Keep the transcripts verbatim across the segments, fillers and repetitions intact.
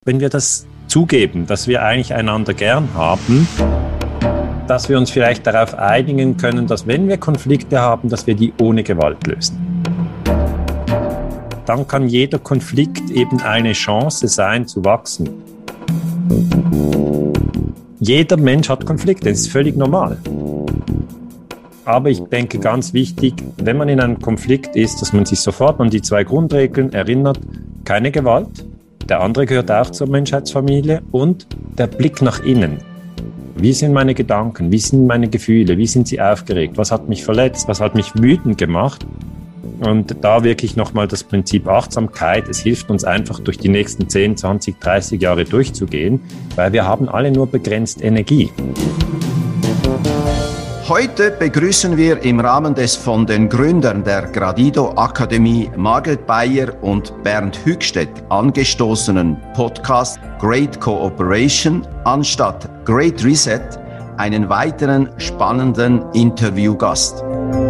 Wenn wir das zugeben, dass wir eigentlich einander gern haben, dass wir uns vielleicht darauf einigen können, dass wenn wir Konflikte haben, dass wir die ohne Gewalt lösen. Dann kann jeder Konflikt eben eine Chance sein, zu wachsen. Jeder Mensch hat Konflikte, das ist völlig normal. Aber ich denke, ganz wichtig, wenn man in einem Konflikt ist, dass man sich sofort an die zwei Grundregeln erinnert: keine Gewalt, der andere gehört auch zur Menschheitsfamilie, und der Blick nach innen. Wie sind meine Gedanken? Wie sind meine Gefühle? Wie sind sie aufgeregt? Was hat mich verletzt? Was hat mich wütend gemacht? Und da wirklich nochmal das Prinzip Achtsamkeit. Es hilft uns einfach, durch die nächsten zehn, zwanzig, dreißig Jahre durchzugehen, weil wir haben alle nur begrenzt Energie. Heute begrüßen wir im Rahmen des von den Gründern der Gradido Akademie, Margret Beyer und Bernd Hügstedt, angestoßenen Podcast Great Cooperation anstatt Great Reset einen weiteren spannenden Interviewgast.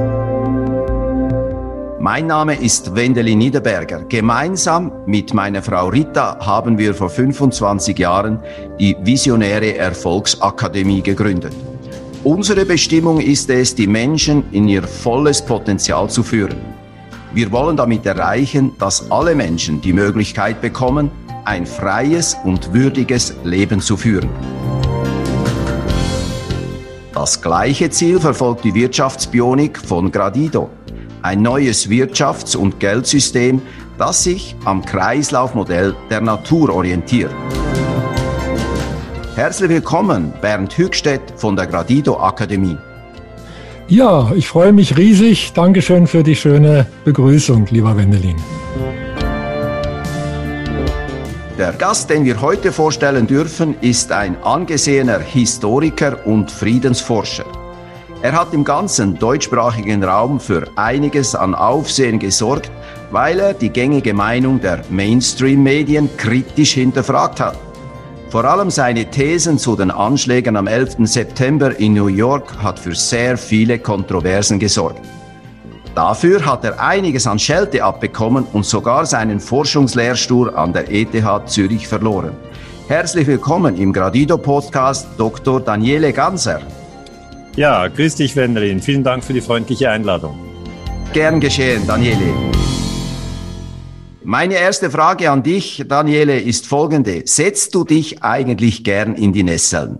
Mein Name ist Wendelin Niederberger. Gemeinsam mit meiner Frau Rita haben wir vor fünfundzwanzig Jahren die Visionäre Erfolgsakademie gegründet. Unsere Bestimmung ist es, die Menschen in ihr volles Potenzial zu führen. Wir wollen damit erreichen, dass alle Menschen die Möglichkeit bekommen, ein freies und würdiges Leben zu führen. Das gleiche Ziel verfolgt die Wirtschaftsbionik von Gradido. Ein neues Wirtschafts- und Geldsystem, das sich am Kreislaufmodell der Natur orientiert. Herzlich willkommen, Bernd Hügstedt von der Gradido Akademie. Ja, ich freue mich riesig. Dankeschön für die schöne Begrüßung, lieber Wendelin. Der Gast, den wir heute vorstellen dürfen, ist ein angesehener Historiker und Friedensforscher. Er hat im ganzen deutschsprachigen Raum für einiges an Aufsehen gesorgt, weil er die gängige Meinung der Mainstream-Medien kritisch hinterfragt hat. Vor allem seine Thesen zu den Anschlägen am elften September in New York hat für sehr viele Kontroversen gesorgt. Dafür hat er einiges an Schelte abbekommen und sogar seinen Forschungslehrstuhl an der E T H Zürich verloren. Herzlich willkommen im Gradido-Podcast Doktor Daniele Ganser. Ja, grüß dich, Wendelin. Vielen Dank für die freundliche Einladung. Gern geschehen, Daniele. Meine erste Frage an dich, Daniele, ist folgende. Setzt du dich eigentlich gern in die Nesseln?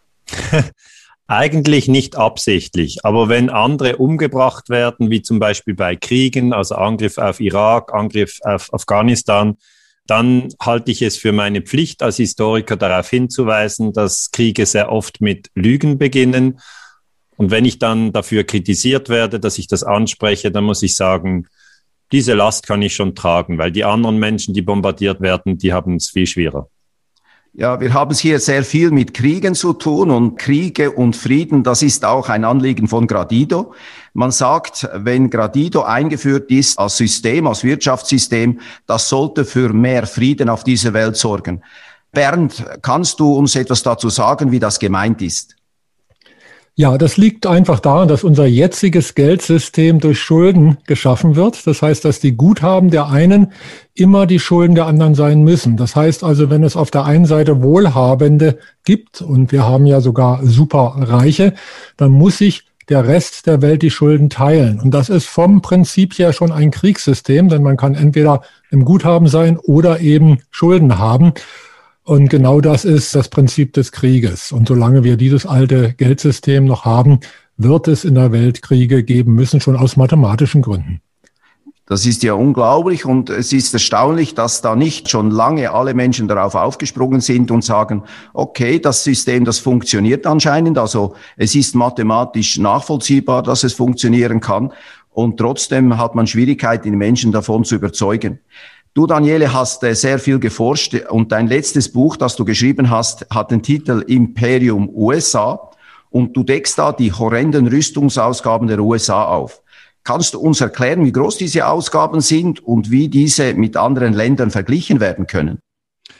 Eigentlich nicht absichtlich, aber wenn andere umgebracht werden, wie zum Beispiel bei Kriegen, also Angriff auf Irak, Angriff auf Afghanistan, dann halte ich es für meine Pflicht als Historiker darauf hinzuweisen, dass Kriege sehr oft mit Lügen beginnen. Und wenn ich dann dafür kritisiert werde, dass ich das anspreche, dann muss ich sagen, diese Last kann ich schon tragen, weil die anderen Menschen, die bombardiert werden, die haben es viel schwerer. Ja, wir haben es hier sehr viel mit Kriegen zu tun, und Kriege und Frieden, das ist auch ein Anliegen von Gradido. Man sagt, wenn Gradido eingeführt ist als System, als Wirtschaftssystem, das sollte für mehr Frieden auf dieser Welt sorgen. Bernd, kannst du uns etwas dazu sagen, wie das gemeint ist? Ja, das liegt einfach daran, dass unser jetziges Geldsystem durch Schulden geschaffen wird. Das heißt, dass die Guthaben der einen immer die Schulden der anderen sein müssen. Das heißt also, wenn es auf der einen Seite Wohlhabende gibt, und wir haben ja sogar Superreiche, dann muss sich der Rest der Welt die Schulden teilen. Und das ist vom Prinzip her schon ein Kriegssystem, denn man kann entweder im Guthaben sein oder eben Schulden haben. Und genau das ist das Prinzip des Krieges. Und solange wir dieses alte Geldsystem noch haben, wird es in der Welt Kriege geben müssen, schon aus mathematischen Gründen. Das ist ja unglaublich, und es ist erstaunlich, dass da nicht schon lange alle Menschen darauf aufgesprungen sind und sagen, okay, das System, das funktioniert anscheinend, also es ist mathematisch nachvollziehbar, dass es funktionieren kann, und trotzdem hat man Schwierigkeiten, die Menschen davon zu überzeugen. Du, Daniele, hast äh, sehr viel geforscht, und dein letztes Buch, das du geschrieben hast, hat den Titel Imperium U S A, und du deckst da die horrenden Rüstungsausgaben der U S A auf. Kannst du uns erklären, wie groß diese Ausgaben sind und wie diese mit anderen Ländern verglichen werden können?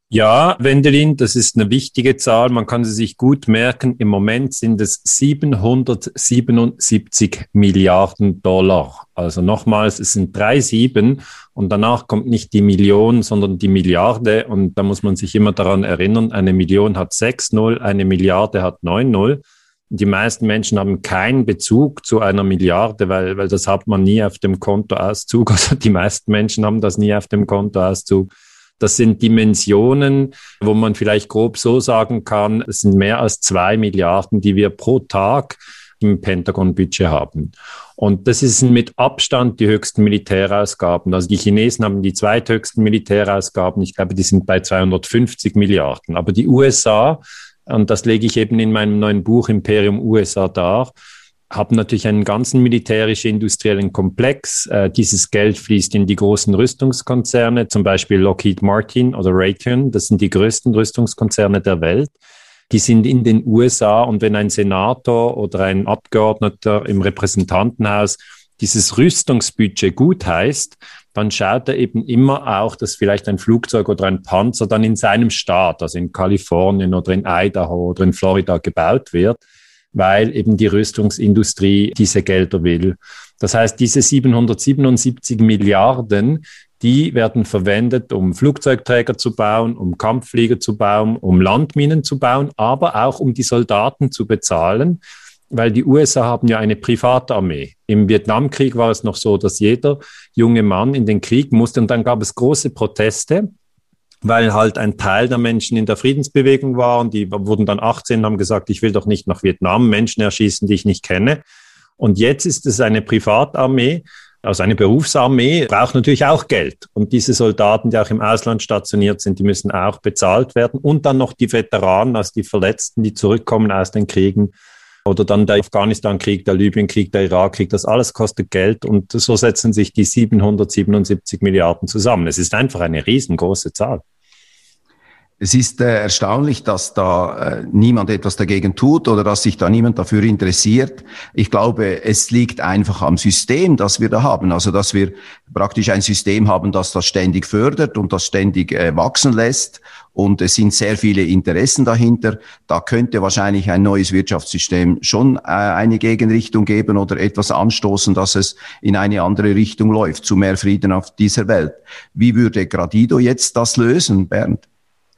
Ja, Wendelin, das ist eine wichtige Zahl. Man kann sie sich gut merken. Im Moment sind es siebenhundertsiebenundsiebzig Milliarden Dollar. Also nochmals, es sind drei Sieben und danach kommt nicht die Million, sondern die Milliarde. Und da muss man sich immer daran erinnern, eine Million hat sechs Null, eine Milliarde hat neun Null. Die meisten Menschen haben keinen Bezug zu einer Milliarde, weil, weil das hat man nie auf dem Kontoauszug. Also die meisten Menschen haben das nie auf dem Kontoauszug. Das sind Dimensionen, wo man vielleicht grob so sagen kann, es sind mehr als zwei Milliarden, die wir pro Tag im Pentagon-Budget haben. Und das sind mit Abstand die höchsten Militärausgaben. Also die Chinesen haben die zweithöchsten Militärausgaben. Ich glaube, die sind bei zweihundertfünfzig Milliarden. Aber die U S A, und das lege ich eben in meinem neuen Buch Imperium U S A dar, haben natürlich einen ganzen militärisch-industriellen Komplex. Äh, dieses Geld fließt in die großen Rüstungskonzerne, zum Beispiel Lockheed Martin oder Raytheon. Das sind die größten Rüstungskonzerne der Welt. Die sind in den U S A, und wenn ein Senator oder ein Abgeordneter im Repräsentantenhaus dieses Rüstungsbudget gut heißt, dann schaut er eben immer auch, dass vielleicht ein Flugzeug oder ein Panzer dann in seinem Staat, also in Kalifornien oder in Idaho oder in Florida gebaut wird, weil eben die Rüstungsindustrie diese Gelder will. Das heißt, diese siebenhundertsiebenundsiebzig Milliarden, die werden verwendet, um Flugzeugträger zu bauen, um Kampfflieger zu bauen, um Landminen zu bauen, aber auch um die Soldaten zu bezahlen, weil die U S A haben ja eine Privatarmee. Im Vietnamkrieg war es noch so, dass jeder junge Mann in den Krieg musste, und dann gab es große Proteste, weil halt ein Teil der Menschen in der Friedensbewegung waren. Die wurden dann achtzehn und haben gesagt, ich will doch nicht nach Vietnam Menschen erschießen, die ich nicht kenne. Und jetzt ist es eine Privatarmee, also eine Berufsarmee, braucht natürlich auch Geld. Und diese Soldaten, die auch im Ausland stationiert sind, die müssen auch bezahlt werden. Und dann noch die Veteranen, also die Verletzten, die zurückkommen aus den Kriegen. Oder dann der Afghanistan-Krieg, der Libyen-Krieg, der Irak-Krieg, das alles kostet Geld, und so setzen sich die siebenhundertsiebenundsiebzig Milliarden zusammen. Es ist einfach eine riesengroße Zahl. Es ist äh, erstaunlich, dass da äh, niemand etwas dagegen tut oder dass sich da niemand dafür interessiert. Ich glaube, es liegt einfach am System, das wir da haben. Also, dass wir praktisch ein System haben, das das ständig fördert und das ständig äh, wachsen lässt. Und es sind sehr viele Interessen dahinter. Da könnte wahrscheinlich ein neues Wirtschaftssystem schon äh, eine Gegenrichtung geben oder etwas anstoßen, dass es in eine andere Richtung läuft, zu mehr Frieden auf dieser Welt. Wie würde Gradido jetzt das lösen, Bernd?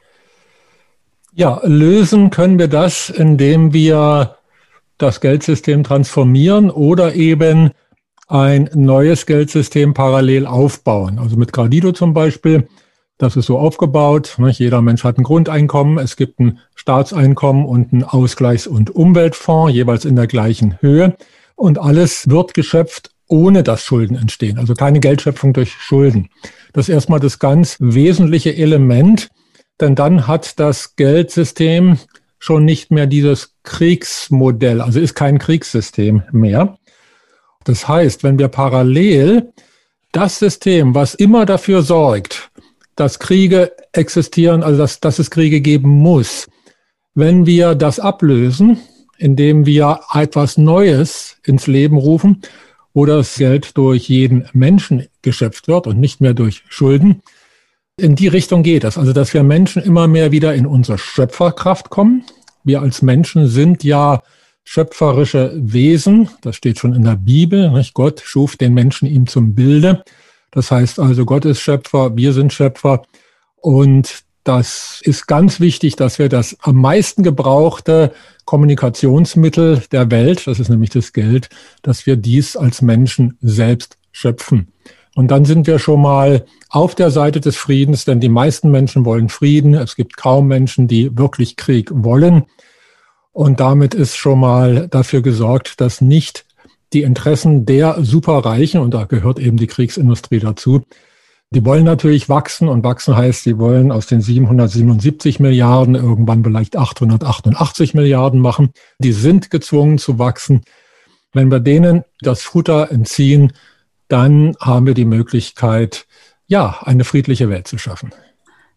Ja, lösen können wir das, indem wir das Geldsystem transformieren oder eben ein neues Geldsystem parallel aufbauen. Also mit Gradido zum Beispiel, das ist so aufgebaut, nicht? Jeder Mensch hat ein Grundeinkommen, es gibt ein Staatseinkommen und einen Ausgleichs- und Umweltfonds, jeweils in der gleichen Höhe. Und alles wird geschöpft, ohne dass Schulden entstehen, also keine Geldschöpfung durch Schulden. Das ist erstmal das ganz wesentliche Element. Denn dann hat das Geldsystem schon nicht mehr dieses Kriegsmodell, also ist kein Kriegssystem mehr. Das heißt, wenn wir parallel das System, was immer dafür sorgt, dass Kriege existieren, also dass, dass es Kriege geben muss, wenn wir das ablösen, indem wir etwas Neues ins Leben rufen, wo das Geld durch jeden Menschen geschöpft wird und nicht mehr durch Schulden, in die Richtung geht es, also dass wir Menschen immer mehr wieder in unsere Schöpferkraft kommen. Wir als Menschen sind ja schöpferische Wesen, das steht schon in der Bibel, nicht? Gott schuf den Menschen ihm zum Bilde. Das heißt also, Gott ist Schöpfer, wir sind Schöpfer, und das ist ganz wichtig, dass wir das am meisten gebrauchte Kommunikationsmittel der Welt, das ist nämlich das Geld, dass wir dies als Menschen selbst schöpfen. Und dann sind wir schon mal auf der Seite des Friedens, denn die meisten Menschen wollen Frieden. Es gibt kaum Menschen, die wirklich Krieg wollen. Und damit ist schon mal dafür gesorgt, dass nicht die Interessen der Superreichen, und da gehört eben die Kriegsindustrie dazu, die wollen natürlich wachsen, und wachsen heißt, sie wollen aus den siebenhundertsiebenundsiebzig Milliarden irgendwann vielleicht achthundertachtundachtzig Milliarden machen. Die sind gezwungen zu wachsen. Wenn wir denen das Futter entziehen, dann haben wir die Möglichkeit, ja, eine friedliche Welt zu schaffen.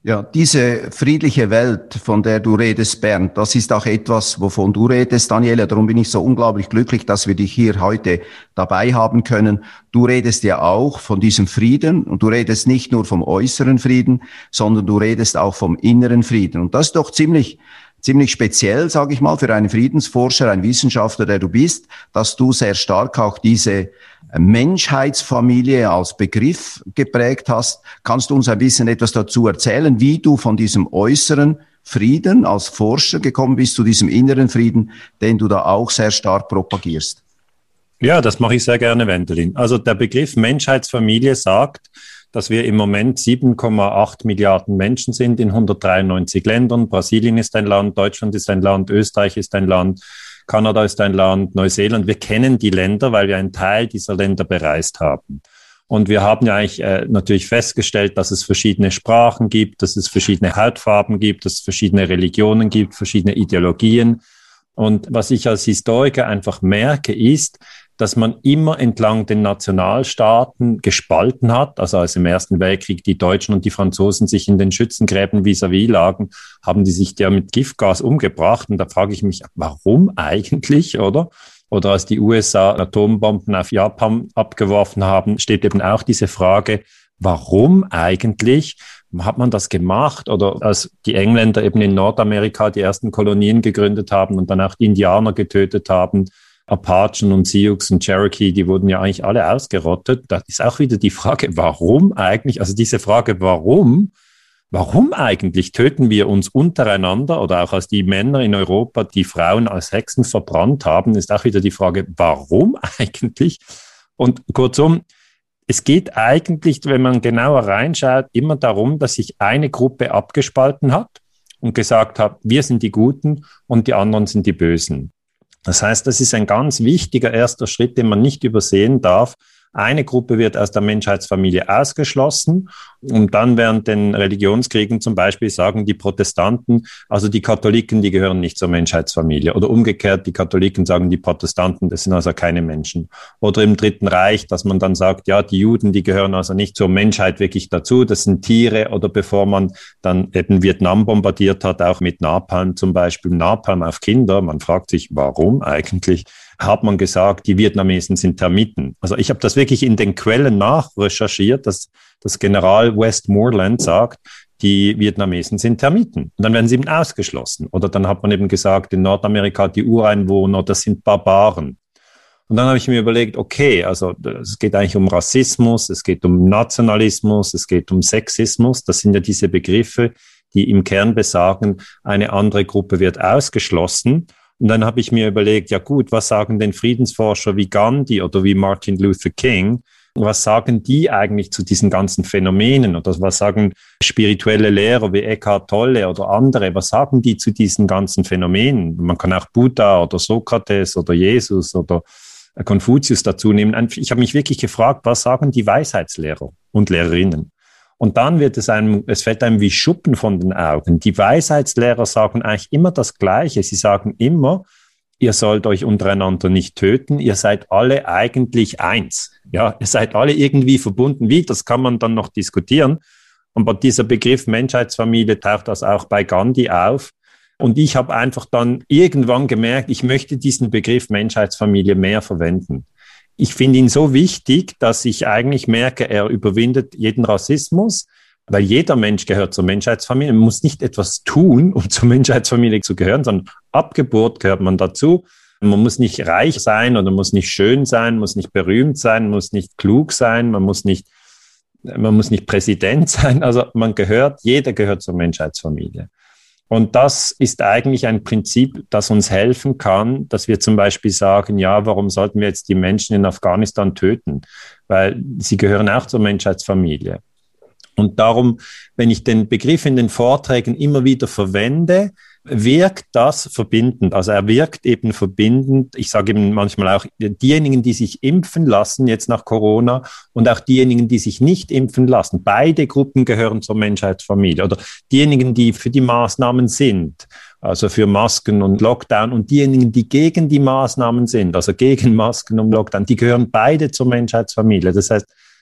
Ja, diese friedliche Welt, von der du redest, Bernd, das ist auch etwas, wovon du redest, Daniela. Darum bin ich so unglaublich glücklich, dass wir dich hier heute dabei haben können. Du redest ja auch von diesem Frieden und du redest nicht nur vom äußeren Frieden, sondern du redest auch vom inneren Frieden. Und das ist doch ziemlich ziemlich speziell, sage ich mal, für einen Friedensforscher, einen Wissenschaftler, der du bist, dass du sehr stark auch diese Menschheitsfamilie als Begriff geprägt hast. Kannst du uns ein bisschen etwas dazu erzählen, wie du von diesem äußeren Frieden als Forscher gekommen bist zu diesem inneren Frieden, den du da auch sehr stark propagierst? Ja, das mache ich sehr gerne, Wendelin. Also der Begriff Menschheitsfamilie sagt, dass wir im Moment sieben Komma acht Milliarden Menschen sind in hundertdreiundneunzig Ländern. Brasilien ist ein Land, Deutschland ist ein Land, Österreich ist ein Land, Kanada ist ein Land, Neuseeland. Wir kennen die Länder, weil wir einen Teil dieser Länder bereist haben. Und wir haben ja eigentlich äh, natürlich festgestellt, dass es verschiedene Sprachen gibt, dass es verschiedene Hautfarben gibt, dass es verschiedene Religionen gibt, verschiedene Ideologien. Und was ich als Historiker einfach merke, ist, dass man immer entlang den Nationalstaaten gespalten hat. Also als im Ersten Weltkrieg die Deutschen und die Franzosen sich in den Schützengräben vis-à-vis lagen, haben die sich ja mit Giftgas umgebracht. Und da frage ich mich, warum eigentlich, oder? Oder als die U S A Atombomben auf Japan abgeworfen haben, steht eben auch diese Frage, warum eigentlich hat man das gemacht? Oder als die Engländer eben in Nordamerika die ersten Kolonien gegründet haben und dann auch die Indianer getötet haben, Apachen und Sioux und Cherokee, die wurden ja eigentlich alle ausgerottet. Da ist auch wieder die Frage, warum eigentlich? Also diese Frage, warum? Warum eigentlich töten wir uns untereinander oder auch als die Männer in Europa die Frauen als Hexen verbrannt haben, ist auch wieder die Frage, warum eigentlich? Und kurzum, es geht eigentlich, wenn man genauer reinschaut, immer darum, dass sich eine Gruppe abgespalten hat und gesagt hat, wir sind die Guten und die anderen sind die Bösen. Das heißt, das ist ein ganz wichtiger erster Schritt, den man nicht übersehen darf. Eine Gruppe wird aus der Menschheitsfamilie ausgeschlossen und dann während den Religionskriegen zum Beispiel sagen die Protestanten, also die Katholiken, die gehören nicht zur Menschheitsfamilie. Oder umgekehrt, die Katholiken sagen, die Protestanten, das sind also keine Menschen. Oder im Dritten Reich, dass man dann sagt, ja, die Juden, die gehören also nicht zur Menschheit wirklich dazu, das sind Tiere. Oder bevor man dann eben Vietnam bombardiert hat, auch mit Napalm zum Beispiel, Napalm auf Kinder, man fragt sich, warum eigentlich? Hat man gesagt, die Vietnamesen sind Termiten. Also ich habe das wirklich in den Quellen nachrecherchiert, dass das General Westmoreland sagt, die Vietnamesen sind Termiten. Und dann werden sie eben ausgeschlossen. Oder dann hat man eben gesagt, in Nordamerika die Ureinwohner, das sind Barbaren. Und dann habe ich mir überlegt, okay, also es geht eigentlich um Rassismus, es geht um Nationalismus, es geht um Sexismus. Das sind ja diese Begriffe, die im Kern besagen, eine andere Gruppe wird ausgeschlossen. Und dann habe ich mir überlegt, ja gut, was sagen denn Friedensforscher wie Gandhi oder wie Martin Luther King? Was sagen die eigentlich zu diesen ganzen Phänomenen? Oder was sagen spirituelle Lehrer wie Eckhart Tolle oder andere? Was sagen die zu diesen ganzen Phänomenen? Man kann auch Buddha oder Sokrates oder Jesus oder Konfuzius dazu nehmen. Ich habe mich wirklich gefragt, was sagen die Weisheitslehrer und Lehrerinnen? Und dann wird es einem, es fällt einem wie Schuppen von den Augen. Die Weisheitslehrer sagen eigentlich immer das Gleiche. Sie sagen immer, ihr sollt euch untereinander nicht töten. Ihr seid alle eigentlich eins. Ja, ihr seid alle irgendwie verbunden. Wie? Das kann man dann noch diskutieren. Aber dieser Begriff Menschheitsfamilie taucht das auch bei Gandhi auf. Und ich habe einfach dann irgendwann gemerkt, ich möchte diesen Begriff Menschheitsfamilie mehr verwenden. Ich finde ihn so wichtig, dass ich eigentlich merke, er überwindet jeden Rassismus, weil jeder Mensch gehört zur Menschheitsfamilie. Man muss nicht etwas tun, um zur Menschheitsfamilie zu gehören, sondern ab Geburt gehört man dazu. Man muss nicht reich sein oder muss nicht schön sein, muss nicht berühmt sein, muss nicht klug sein, man muss nicht, man muss nicht Präsident sein. Also man gehört, jeder gehört zur Menschheitsfamilie. Und das ist eigentlich ein Prinzip, das uns helfen kann, dass wir zum Beispiel sagen, ja, warum sollten wir jetzt die Menschen in Afghanistan töten? Weil sie gehören auch zur Menschheitsfamilie. Und darum, wenn ich den Begriff in den Vorträgen immer wieder verwende, wirkt das verbindend. Also er wirkt eben verbindend. Ich sage eben manchmal auch, diejenigen, die sich impfen lassen jetzt nach Corona und auch diejenigen, die sich nicht impfen lassen, beide Gruppen gehören zur Menschheitsfamilie. Oder diejenigen, die für die Maßnahmen sind, also für Masken und Lockdown, und diejenigen, die gegen die Maßnahmen sind, also gegen Masken und Lockdown, die gehören beide zur Menschheitsfamilie. Das heißt,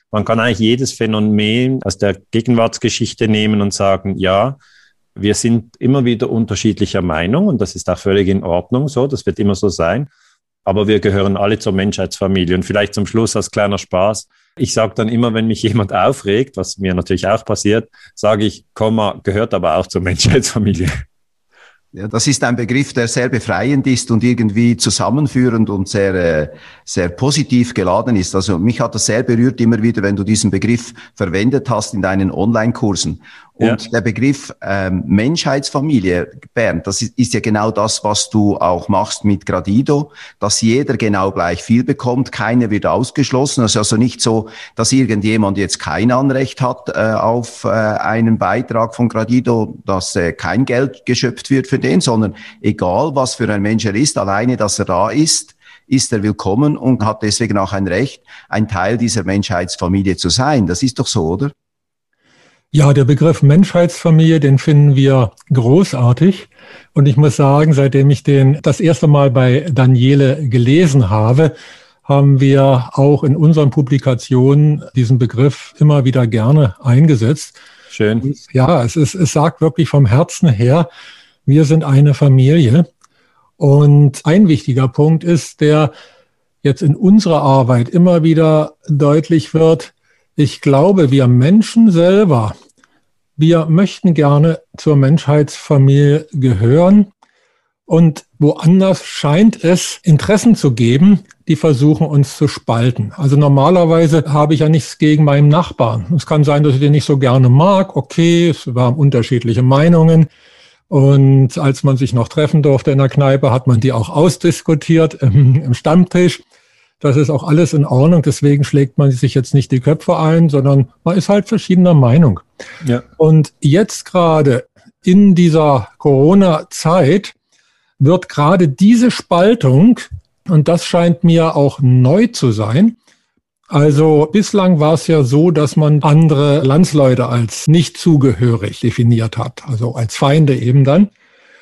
Man kann eigentlich jedes Phänomen aus der Gegenwartsgeschichte nehmen und sagen, ja, wir sind immer wieder unterschiedlicher Meinung und das ist auch völlig in Ordnung so, das wird immer so sein. Aber wir gehören alle zur Menschheitsfamilie. Und vielleicht zum Schluss als kleiner Spaß. Ich sage dann immer, wenn mich jemand aufregt, was mir natürlich auch passiert, sage ich, Komma, gehört aber auch zur Menschheitsfamilie. Ja, das ist ein Begriff, der sehr befreiend ist und irgendwie zusammenführend und sehr, äh, sehr positiv geladen ist. Also mich hat das sehr berührt immer wieder, wenn du diesen Begriff verwendet hast in deinen Online-Kursen. Und ja. der Begriff ähm, Menschheitsfamilie, Bernd, das ist, ist ja genau das, was du auch machst mit Gradido, dass jeder genau gleich viel bekommt, keiner wird ausgeschlossen. Es ist also nicht so, dass irgendjemand jetzt kein Anrecht hat äh, auf äh, einen Beitrag von Gradido, dass äh, kein Geld geschöpft wird für den, sondern egal, was für ein Mensch er ist, alleine, dass er da ist, ist er willkommen und hat deswegen auch ein Recht, ein Teil dieser Menschheitsfamilie zu sein. Das ist doch so, oder? Ja, der Begriff Menschheitsfamilie, den finden wir großartig. Und ich muss sagen, seitdem ich den das erste Mal bei Daniele gelesen habe, haben wir auch in unseren Publikationen diesen Begriff immer wieder gerne eingesetzt. Schön. Ja, es ist, es sagt wirklich vom Herzen her, wir sind eine Familie. Und ein wichtiger Punkt ist, der jetzt in unserer Arbeit immer wieder deutlich wird: Ich glaube, wir Menschen selber, wir möchten gerne zur Menschheitsfamilie gehören. Und woanders scheint es Interessen zu geben, die versuchen, uns zu spalten. Also normalerweise habe ich ja nichts gegen meinen Nachbarn. Es kann sein, dass ich den nicht so gerne mag. Okay, es waren unterschiedliche Meinungen. Und als man sich noch treffen durfte in der Kneipe, hat man die auch ausdiskutiert im, im Stammtisch. Das ist auch alles in Ordnung. Deswegen schlägt man sich jetzt nicht die Köpfe ein, sondern man ist halt verschiedener Meinung. Ja. Und jetzt gerade in dieser Corona-Zeit wird gerade diese Spaltung, und das scheint mir auch neu zu sein. Also bislang war es ja so, dass man andere Landsleute als nicht zugehörig definiert hat, also als Feinde eben dann.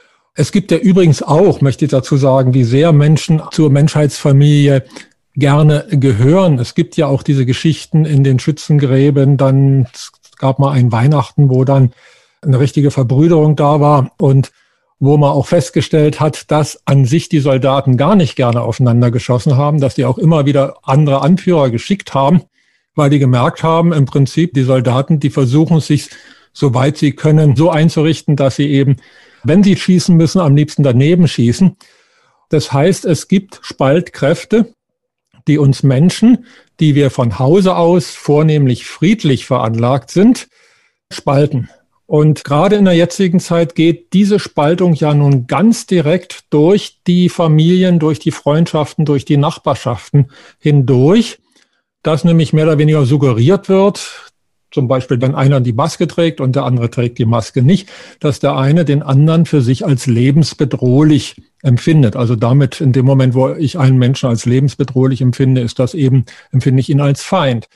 Es gibt ja übrigens auch, möchte ich dazu sagen, wie sehr Menschen zur Menschheitsfamilie gerne gehören. Es gibt ja auch diese Geschichten in den Schützengräben. Dann es gab mal ein Weihnachten, wo dann eine richtige Verbrüderung da war und wo man auch festgestellt hat, dass an sich die Soldaten gar nicht gerne aufeinander geschossen haben, dass die auch immer wieder andere Anführer geschickt haben, weil die gemerkt haben, im Prinzip die Soldaten, die versuchen sich, soweit sie können, so einzurichten, dass sie eben, wenn sie schießen müssen, am liebsten daneben schießen. Das heißt, es gibt Spaltkräfte, die uns Menschen, die wir von Hause aus vornehmlich friedlich veranlagt sind, spalten. Und gerade in der jetzigen Zeit geht diese Spaltung ja nun ganz direkt durch die Familien, durch die Freundschaften, durch die Nachbarschaften hindurch, dass nämlich mehr oder weniger suggeriert wird, zum Beispiel wenn einer die Maske trägt und der andere trägt die Maske nicht, dass der eine den anderen für sich als lebensbedrohlich empfindet. Also damit in dem Moment, wo ich einen Menschen als lebensbedrohlich empfinde, ist das eben, empfinde ich ihn als Feind.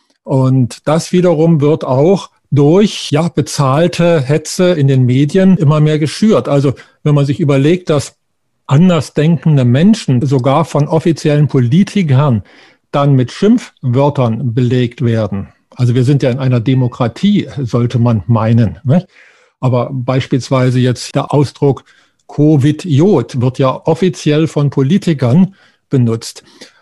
Und das wiederum wird auch durch ja bezahlte Hetze in den Medien immer mehr geschürt. Also wenn man sich überlegt, dass andersdenkende Menschen sogar von offiziellen Politikern dann mit Schimpfwörtern belegt werden. Also wir sind ja in einer Demokratie, sollte man meinen, ne? Aber beispielsweise jetzt der Ausdruck Covid-Jod wird ja offiziell von Politikern benutzt.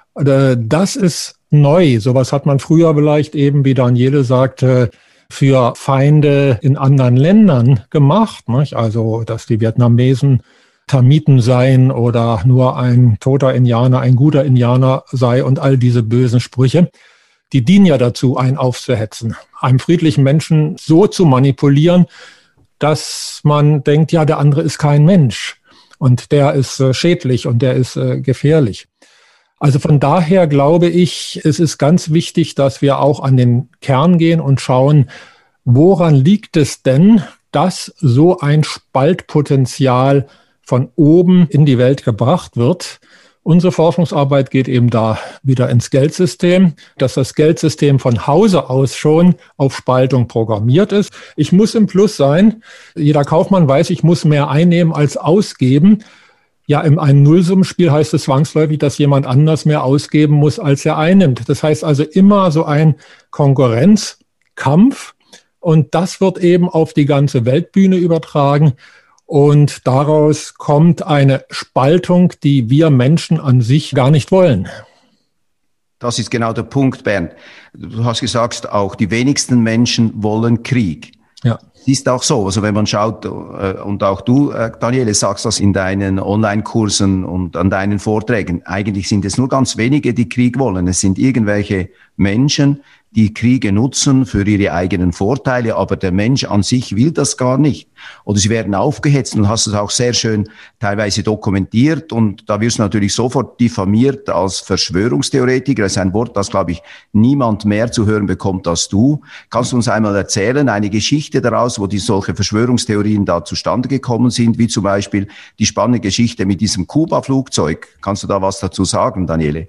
Das ist neu. Sowas hat man früher vielleicht eben, wie Daniele sagte, für Feinde in anderen Ländern gemacht, nicht? Also, dass die Vietnamesen Termiten seien oder nur ein toter Indianer, ein guter Indianer sei und all diese bösen Sprüche. Die dienen ja dazu, einen aufzuhetzen, einem friedlichen Menschen so zu manipulieren, dass man denkt, ja, der andere ist kein Mensch und der ist äh, schädlich und der ist äh, gefährlich. Also von daher glaube ich, es ist ganz wichtig, dass wir auch an den Kern gehen und schauen, woran liegt es denn, dass so ein Spaltpotenzial von oben in die Welt gebracht wird. Unsere Forschungsarbeit geht eben da wieder ins Geldsystem, dass das Geldsystem von Hause aus schon auf Spaltung programmiert ist. Ich muss im Plus sein. Jeder Kaufmann weiß, ich muss mehr einnehmen als ausgeben. Ja, in einem Nullsummenspiel heißt es zwangsläufig, dass jemand anders mehr ausgeben muss, als er einnimmt. Das heißt also immer so ein Konkurrenzkampf und das wird eben auf die ganze Weltbühne übertragen und daraus kommt eine Spaltung, die wir Menschen an sich gar nicht wollen. Das ist genau der Punkt, Bernd. Du hast gesagt, auch die wenigsten Menschen wollen Krieg. Ja. Es ist auch so, also wenn man schaut, und auch du, Daniele, sagst das in deinen Online-Kursen und an deinen Vorträgen, eigentlich sind es nur ganz wenige, die Krieg wollen. Es sind irgendwelche Menschen, die Kriege nutzen für ihre eigenen Vorteile, aber der Mensch an sich will das gar nicht. Oder sie werden aufgehetzt und hast es auch sehr schön teilweise dokumentiert und da wirst du natürlich sofort diffamiert als Verschwörungstheoretiker. Das ist ein Wort, das, glaube ich, niemand mehr zu hören bekommt als du. Kannst du uns einmal erzählen, eine Geschichte daraus, wo die solche Verschwörungstheorien da zustande gekommen sind, wie zum Beispiel die spannende Geschichte mit diesem Kuba-Flugzeug? Kannst du da was dazu sagen, Daniele?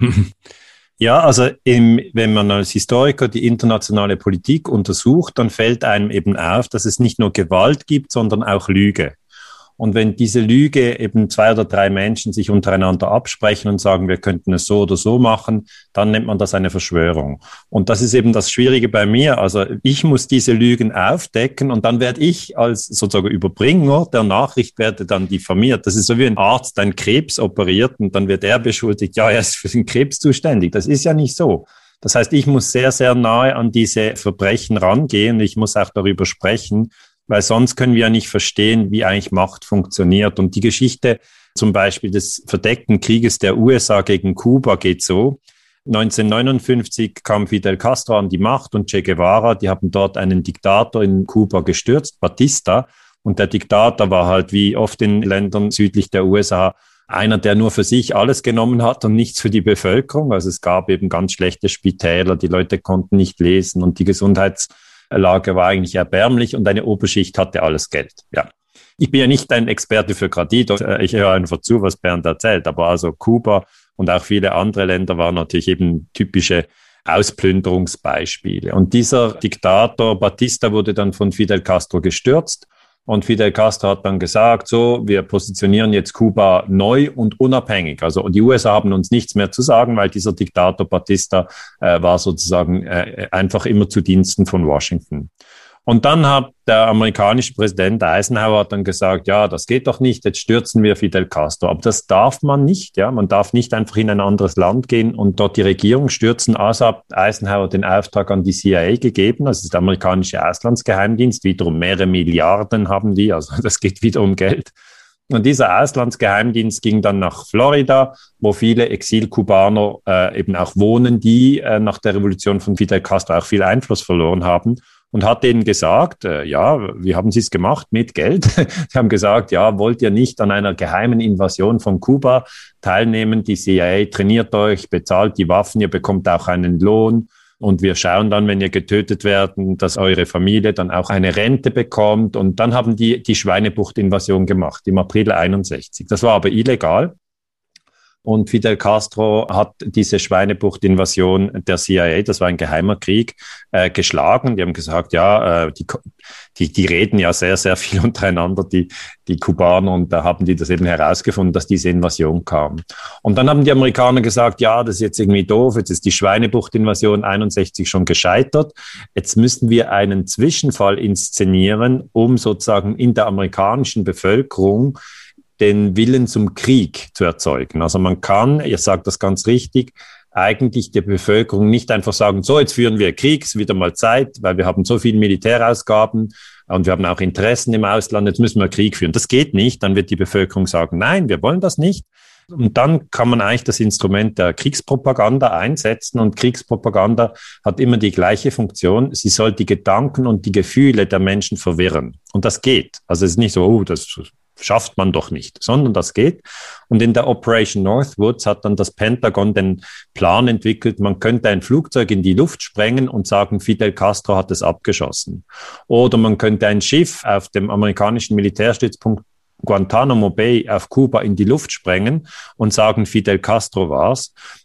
Ja, also im, wenn man als Historiker die internationale Politik untersucht, dann fällt einem eben auf, dass es nicht nur Gewalt gibt, sondern auch Lüge. Und wenn diese Lüge eben zwei oder drei Menschen sich untereinander absprechen und sagen, wir könnten es so oder so machen, dann nennt man das eine Verschwörung. Und das ist eben das Schwierige bei mir. Also ich muss diese Lügen aufdecken und dann werde ich als sozusagen Überbringer der Nachricht werde dann diffamiert. Das ist so wie ein Arzt einen Krebs operiert und dann wird er beschuldigt, ja, er ist für den Krebs zuständig. Das ist ja nicht so. Das heißt, ich muss sehr, sehr nahe an diese Verbrechen rangehen. Ich muss auch darüber sprechen, weil sonst können wir ja nicht verstehen, wie eigentlich Macht funktioniert. Und die Geschichte zum Beispiel des verdeckten Krieges der U S A gegen Kuba geht so. neunzehnhundertneunundfünfzig kam Fidel Castro an die Macht und Che Guevara, die haben dort einen Diktator in Kuba gestürzt, Batista. Und der Diktator war halt wie oft in Ländern südlich der U S A einer, der nur für sich alles genommen hat und nichts für die Bevölkerung. Also es gab eben ganz schlechte Spitäler, die Leute konnten nicht lesen und die Gesundheits Lage war eigentlich erbärmlich und eine Oberschicht hatte alles Geld. Ja. Ich bin ja nicht ein Experte für Kredit, ich höre einfach zu, was Bernd erzählt, aber also Kuba und auch viele andere Länder waren natürlich eben typische Ausplünderungsbeispiele. Und dieser Diktator Batista wurde dann von Fidel Castro gestürzt. Und Fidel Castro hat dann gesagt, so, wir positionieren jetzt Kuba neu und unabhängig. Also die U S A haben uns nichts mehr zu sagen, weil dieser Diktator Batista äh, war sozusagen äh, einfach immer zu Diensten von Washington. Und dann hat der amerikanische Präsident Eisenhower dann gesagt, ja, das geht doch nicht, jetzt stürzen wir Fidel Castro. Aber das darf man nicht, ja. Man darf nicht einfach in ein anderes Land gehen und dort die Regierung stürzen. Also hat Eisenhower den Auftrag an die C I A gegeben, das ist der amerikanische Auslandsgeheimdienst, wiederum mehrere Milliarden haben die, also das geht wieder um Geld. Und dieser Auslandsgeheimdienst ging dann nach Florida, wo viele Exil-Kubaner äh, eben auch wohnen, die äh, nach der Revolution von Fidel Castro auch viel Einfluss verloren haben. Und hat denen gesagt, äh, ja, wie haben Sie es gemacht mit Geld? Sie haben gesagt, ja, wollt ihr nicht an einer geheimen Invasion von Kuba teilnehmen? Die C I A trainiert euch, bezahlt die Waffen, ihr bekommt auch einen Lohn. Und wir schauen dann, wenn ihr getötet werdet, dass eure Familie dann auch eine Rente bekommt. Und dann haben die die Schweinebucht-Invasion gemacht im April einundsechzig. Das war aber illegal. Und Fidel Castro hat diese Schweinebucht-Invasion der C I A, das war ein geheimer Krieg, äh, geschlagen. Die haben gesagt, ja, äh, die, die, die reden ja sehr, sehr viel untereinander, die, die Kubaner, und da haben die das eben herausgefunden, dass diese Invasion kam. Und dann haben die Amerikaner gesagt, ja, das ist jetzt irgendwie doof, jetzt ist die Schweinebucht-Invasion einundsechzig schon gescheitert. Jetzt müssen wir einen Zwischenfall inszenieren, um sozusagen in der amerikanischen Bevölkerung den Willen zum Krieg zu erzeugen. Also man kann, ihr sagt das ganz richtig, eigentlich der Bevölkerung nicht einfach sagen, so, jetzt führen wir Krieg, es ist wieder mal Zeit, weil wir haben so viele Militärausgaben und wir haben auch Interessen im Ausland, jetzt müssen wir Krieg führen. Das geht nicht, dann wird die Bevölkerung sagen, nein, wir wollen das nicht. Und dann kann man eigentlich das Instrument der Kriegspropaganda einsetzen, und Kriegspropaganda hat immer die gleiche Funktion. Sie soll die Gedanken und die Gefühle der Menschen verwirren. Und das geht. Also es ist nicht so, oh, das schafft man doch nicht, sondern das geht. Und in der Operation Northwoods hat dann das Pentagon den Plan entwickelt, man könnte ein Flugzeug in die Luft sprengen und sagen, Fidel Castro hat es abgeschossen. Oder man könnte ein Schiff auf dem amerikanischen Militärstützpunkt Guantanamo Bay auf Kuba in die Luft sprengen und sagen, Fidel Castro war's.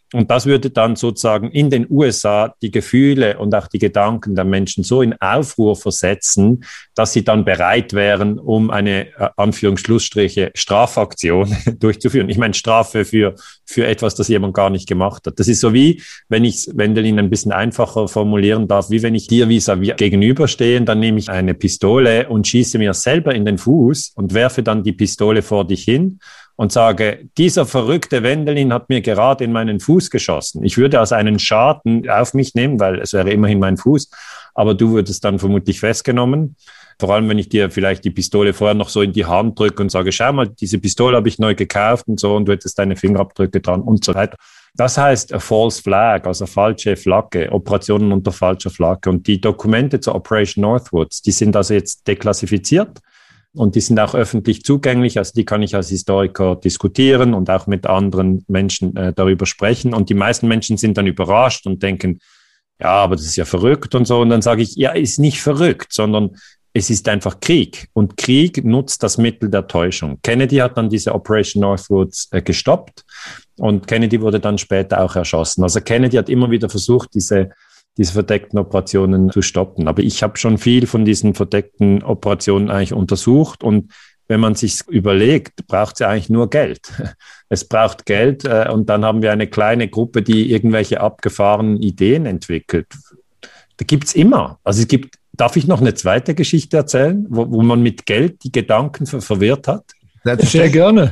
Und das würde dann sozusagen in den U S A die Gefühle und auch die Gedanken der Menschen so in Aufruhr versetzen, dass sie dann bereit wären, um eine, äh, Anführungsschlussstriche, Strafaktion durchzuführen. Ich meine, Strafe für, für etwas, das jemand gar nicht gemacht hat. Das ist so wie, wenn ich es, Wendelin, ein bisschen einfacher formulieren darf, wie wenn ich dir vis-à-vis gegenüberstehe, dann nehme ich eine Pistole und schieße mir selber in den Fuß und werfe dann die Pistole vor dich hin und sage, dieser verrückte Wendelin hat mir gerade in meinen Fuß geschossen. Ich würde also einen Schaden auf mich nehmen, weil es wäre immerhin mein Fuß, aber du würdest dann vermutlich festgenommen. Vor allem, wenn ich dir vielleicht die Pistole vorher noch so in die Hand drücke und sage, schau mal, diese Pistole habe ich neu gekauft und so, und du hättest deine Fingerabdrücke dran und so weiter. Das heißt a false flag, also falsche Flagge, Operationen unter falscher Flagge. Und die Dokumente zur Operation Northwoods, die sind also jetzt deklassifiziert. Und die sind auch öffentlich zugänglich, also die kann ich als Historiker diskutieren und auch mit anderen Menschen äh, darüber sprechen. Und die meisten Menschen sind dann überrascht und denken, ja, aber das ist ja verrückt und so. Und dann sage ich, ja, ist nicht verrückt, sondern es ist einfach Krieg. Und Krieg nutzt das Mittel der Täuschung. Kennedy hat dann diese Operation Northwoods äh, gestoppt und Kennedy wurde dann später auch erschossen. Also Kennedy hat immer wieder versucht, diese diese verdeckten Operationen zu stoppen. Aber ich habe schon viel von diesen verdeckten Operationen eigentlich untersucht. Und wenn man sich überlegt, braucht es ja eigentlich nur Geld. Es braucht Geld äh, und dann haben wir eine kleine Gruppe, die irgendwelche abgefahrenen Ideen entwickelt. Da gibt's immer. Also es gibt, darf ich noch eine zweite Geschichte erzählen, wo, wo man mit Geld die Gedanken ver- verwirrt hat? Sehr gerne.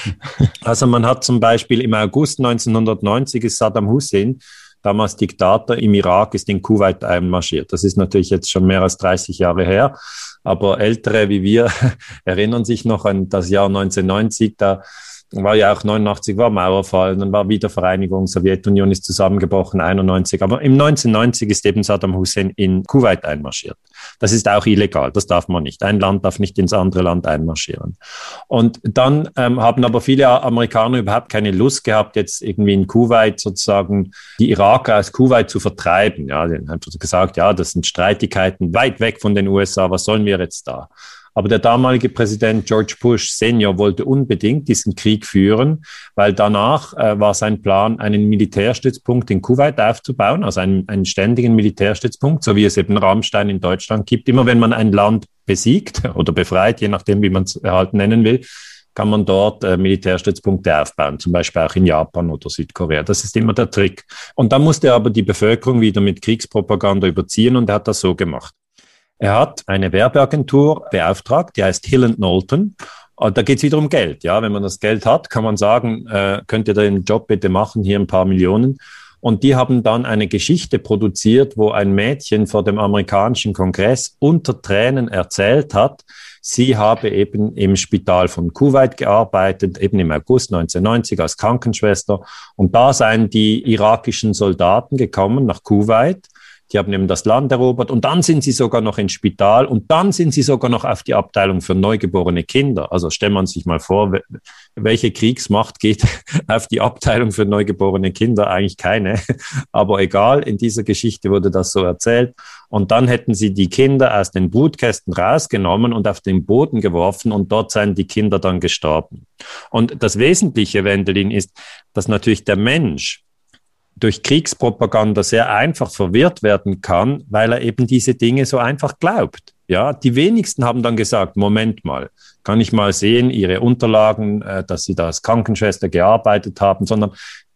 Also man hat zum Beispiel im August neunzehnhundertneunzig ist Saddam Hussein, damals Diktator im Irak, ist in Kuwait einmarschiert. Das ist natürlich jetzt schon mehr als dreißig Jahre her, aber Ältere wie wir erinnern sich noch an das Jahr neunzehnhundertneunzig, da war ja auch neunundachtzig war Mauerfall, dann war Wiedervereinigung, Sowjetunion ist zusammengebrochen, einundneunzig. Aber im neunzehnhundertneunzig ist eben Saddam Hussein in Kuwait einmarschiert. Das ist auch illegal, das darf man nicht. Ein Land darf nicht ins andere Land einmarschieren. Und dann ähm, haben aber viele Amerikaner überhaupt keine Lust gehabt, jetzt irgendwie in Kuwait sozusagen die Iraker aus Kuwait zu vertreiben. Ja, die haben gesagt, ja, das sind Streitigkeiten weit weg von den U S A, was sollen wir jetzt da? Aber der damalige Präsident George Bush Senior wollte unbedingt diesen Krieg führen, weil danach äh, war sein Plan, einen Militärstützpunkt in Kuwait aufzubauen, also einen, einen ständigen Militärstützpunkt, so wie es eben Rammstein in Deutschland gibt. Immer wenn man ein Land besiegt oder befreit, je nachdem, wie man es halt nennen will, kann man dort äh, Militärstützpunkte aufbauen, zum Beispiel auch in Japan oder Südkorea. Das ist immer der Trick. Und dann musste er aber die Bevölkerung wieder mit Kriegspropaganda überziehen und er hat das so gemacht. Er hat eine Werbeagentur beauftragt, die heißt Hill and Knowlton. Da geht es wieder um Geld. Ja, wenn man das Geld hat, kann man sagen, äh, könnt ihr den Job bitte machen, hier ein paar Millionen. Und die haben dann eine Geschichte produziert, wo ein Mädchen vor dem amerikanischen Kongress unter Tränen erzählt hat, sie habe eben im Spital von Kuwait gearbeitet, eben im August neunzehnhundertneunzig als Krankenschwester. Und da seien die irakischen Soldaten gekommen nach Kuwait. Die haben eben das Land erobert und dann sind sie sogar noch ins Spital und dann sind sie sogar noch auf die Abteilung für neugeborene Kinder. Also stellt man sich mal vor, welche Kriegsmacht geht auf die Abteilung für neugeborene Kinder? Eigentlich keine. Aber egal, in dieser Geschichte wurde das so erzählt. Und dann hätten sie die Kinder aus den Brutkästen rausgenommen und auf den Boden geworfen und dort seien die Kinder dann gestorben. Und das Wesentliche, Wendelin, ist, dass natürlich der Mensch durch Kriegspropaganda sehr einfach verwirrt werden kann, weil er eben diese Dinge so einfach glaubt. Ja, die wenigsten haben dann gesagt, Moment mal, kann ich mal sehen, Ihre Unterlagen, äh, dass Sie da als Krankenschwester gearbeitet haben, sondern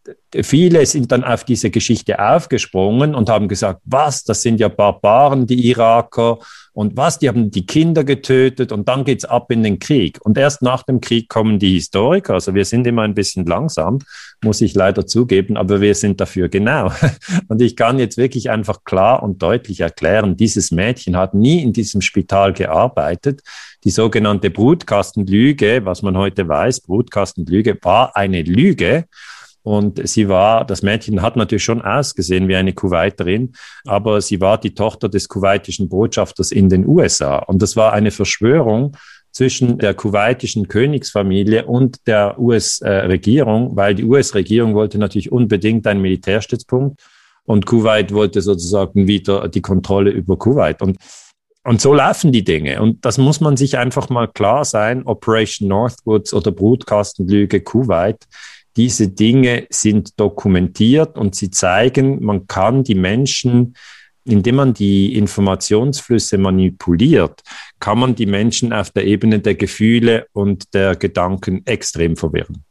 viele sind dann auf diese Geschichte aufgesprungen und haben gesagt, was, das sind ja Barbaren, die Iraker, und was, die haben die Kinder getötet und dann geht's ab in den Krieg. Und erst nach dem Krieg kommen die Historiker, also wir sind immer ein bisschen langsam, muss ich leider zugeben, aber wir sind dafür genau. Und ich kann jetzt wirklich einfach klar und deutlich erklären, dieses Mädchen hat nie in diesem Spital gearbeitet. Die sogenannte Brutkastenlüge, was man heute weiß, Brutkastenlüge, war eine Lüge. Und sie war, das Mädchen hat natürlich schon ausgesehen wie eine Kuwaiterin, aber sie war die Tochter des kuwaitischen Botschafters in den U S A. Und das war eine Verschwörung zwischen der kuwaitischen Königsfamilie und der U S-Regierung, weil die U S-Regierung wollte natürlich unbedingt einen Militärstützpunkt und Kuwait wollte sozusagen wieder die Kontrolle über Kuwait. Und Und so laufen die Dinge. Und das muss man sich einfach mal klar sein. Operation Northwoods oder Brutkastenlüge Kuwait, diese Dinge sind dokumentiert und sie zeigen, man kann die Menschen, indem man die Informationsflüsse manipuliert, kann man die Menschen auf der Ebene der Gefühle und der Gedanken extrem verwirren.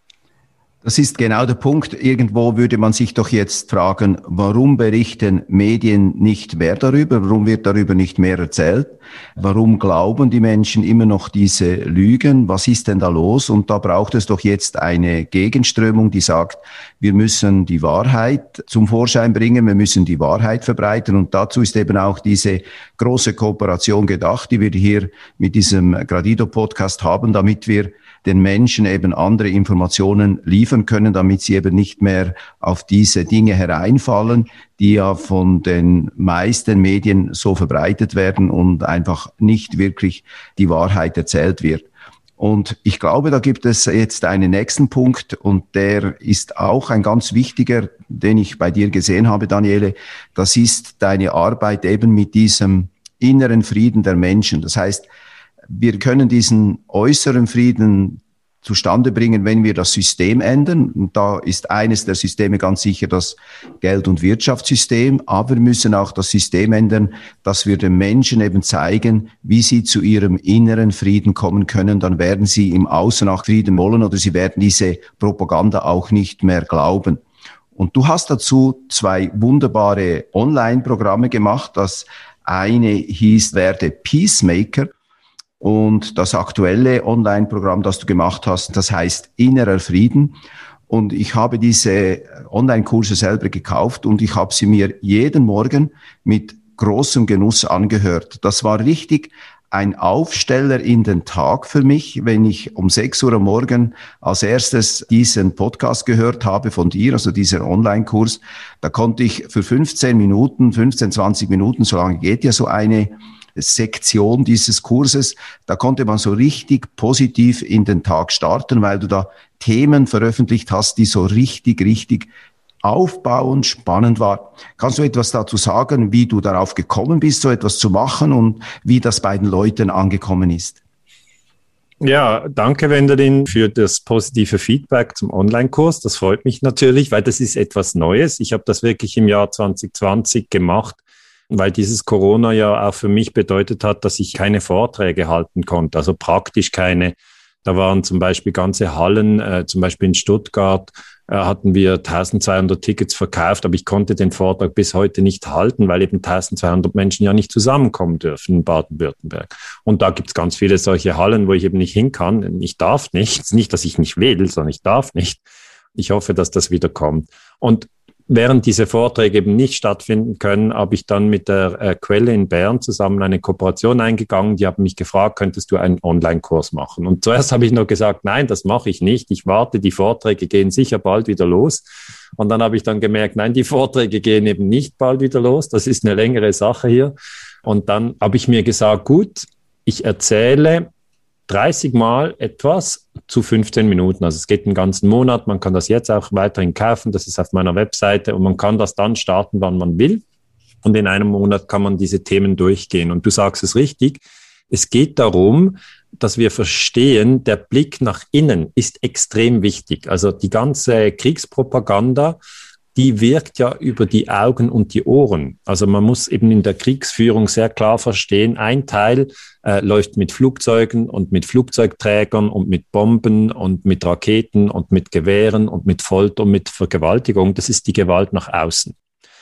Das ist genau der Punkt. Irgendwo würde man sich doch jetzt fragen, warum berichten Medien nicht mehr darüber? Warum wird darüber nicht mehr erzählt? Warum glauben die Menschen immer noch diese Lügen? Was ist denn da los? Und da braucht es doch jetzt eine Gegenströmung, die sagt, wir müssen die Wahrheit zum Vorschein bringen, wir müssen die Wahrheit verbreiten. Und dazu ist eben auch diese große Kooperation gedacht, die wir hier mit diesem Gradido-Podcast haben, damit wir den Menschen eben andere Informationen liefern können, damit sie eben nicht mehr auf diese Dinge hereinfallen, die ja von den meisten Medien so verbreitet werden und einfach nicht wirklich die Wahrheit erzählt wird. Und ich glaube, da gibt es jetzt einen nächsten Punkt und der ist auch ein ganz wichtiger, den ich bei dir gesehen habe, Daniele. Das ist deine Arbeit eben mit diesem inneren Frieden der Menschen. Das heißt, wir können diesen äußeren Frieden zustande bringen, wenn wir das System ändern. Und da ist eines der Systeme ganz sicher das Geld- und Wirtschaftssystem. Aber wir müssen auch das System ändern, dass wir den Menschen eben zeigen, wie sie zu ihrem inneren Frieden kommen können. Dann werden sie im Außen auch Frieden wollen oder sie werden diese Propaganda auch nicht mehr glauben. Und du hast dazu zwei wunderbare Online-Programme gemacht. Das eine hieß Werde Peacemaker. Und das aktuelle Online-Programm, das du gemacht hast, das heißt Innerer Frieden. Und ich habe diese Online-Kurse selber gekauft und ich habe sie mir jeden Morgen mit großem Genuss angehört. Das war richtig ein Aufsteller in den Tag für mich, wenn ich um sechs Uhr am Morgen als erstes diesen Podcast gehört habe von dir, also dieser Online-Kurs. Da konnte ich für fünfzehn Minuten, fünfzehn, zwanzig Minuten, so lange geht ja so eine Sektion dieses Kurses, da konnte man so richtig positiv in den Tag starten, weil du da Themen veröffentlicht hast, die so richtig, richtig aufbauend, spannend waren. Kannst du etwas dazu sagen, wie du darauf gekommen bist, so etwas zu machen und wie das bei den Leuten angekommen ist? Ja, danke, Wendelin, für das positive Feedback zum Online-Kurs. Das freut mich natürlich, weil das ist etwas Neues. Ich habe das wirklich im Jahr zwanzig zwanzig gemacht, weil dieses Corona ja auch für mich bedeutet hat, dass ich keine Vorträge halten konnte, also praktisch keine. Da waren zum Beispiel ganze Hallen, äh, zum Beispiel in Stuttgart äh, hatten wir eintausendzweihundert Tickets verkauft, aber ich konnte den Vortrag bis heute nicht halten, weil eben eintausendzweihundert Menschen ja nicht zusammenkommen dürfen in Baden-Württemberg. Und da gibt's ganz viele solche Hallen, wo ich eben nicht hin kann. Ich darf nicht, nicht, dass ich nicht will, sondern ich darf nicht. Ich hoffe, dass das wieder kommt. Und während diese Vorträge eben nicht stattfinden können, habe ich dann mit der äh, Quelle in Bern zusammen eine Kooperation eingegangen. Die haben mich gefragt, könntest du einen Online-Kurs machen? Und zuerst habe ich nur gesagt, nein, das mache ich nicht. Ich warte, die Vorträge gehen sicher bald wieder los. Und dann habe ich dann gemerkt, nein, die Vorträge gehen eben nicht bald wieder los. Das ist eine längere Sache hier. Und dann habe ich mir gesagt, gut, ich erzähle dreißig Mal etwas zu fünfzehn Minuten. Also es geht einen ganzen Monat. Man kann das jetzt auch weiterhin kaufen. Das ist auf meiner Webseite und man kann das dann starten, wann man will. Und in einem Monat kann man diese Themen durchgehen. Und du sagst es richtig. Es geht darum, dass wir verstehen, der Blick nach innen ist extrem wichtig. Also die ganze Kriegspropaganda, die wirkt ja über die Augen und die Ohren. Also man muss eben in der Kriegsführung sehr klar verstehen, ein Teil äh, läuft mit Flugzeugen und mit Flugzeugträgern und mit Bomben und mit Raketen und mit Gewehren und mit Folter und mit Vergewaltigung. Das ist die Gewalt nach außen.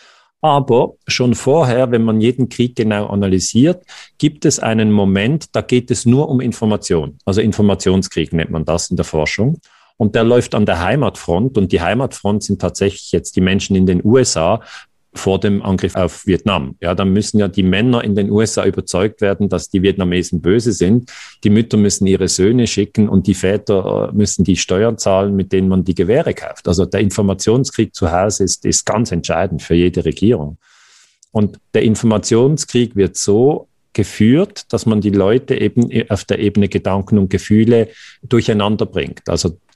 Aber schon vorher, wenn man jeden Krieg genau analysiert, gibt es einen Moment, da geht es nur um Information. Also Informationskrieg nennt man das in der Forschung. Und der läuft an der Heimatfront. Und die Heimatfront sind tatsächlich jetzt die Menschen in den U S A vor dem Angriff auf Vietnam. Ja, dann müssen ja die Männer in den U S A überzeugt werden, dass die Vietnamesen böse sind. Die Mütter müssen ihre Söhne schicken und die Väter müssen die Steuern zahlen, mit denen man die Gewehre kauft. Also der Informationskrieg zu Hause ist, ist ganz entscheidend für jede Regierung. Und der Informationskrieg wird so geführt, dass man die Leute eben auf der Ebene Gedanken und Gefühle durcheinander bringt. Also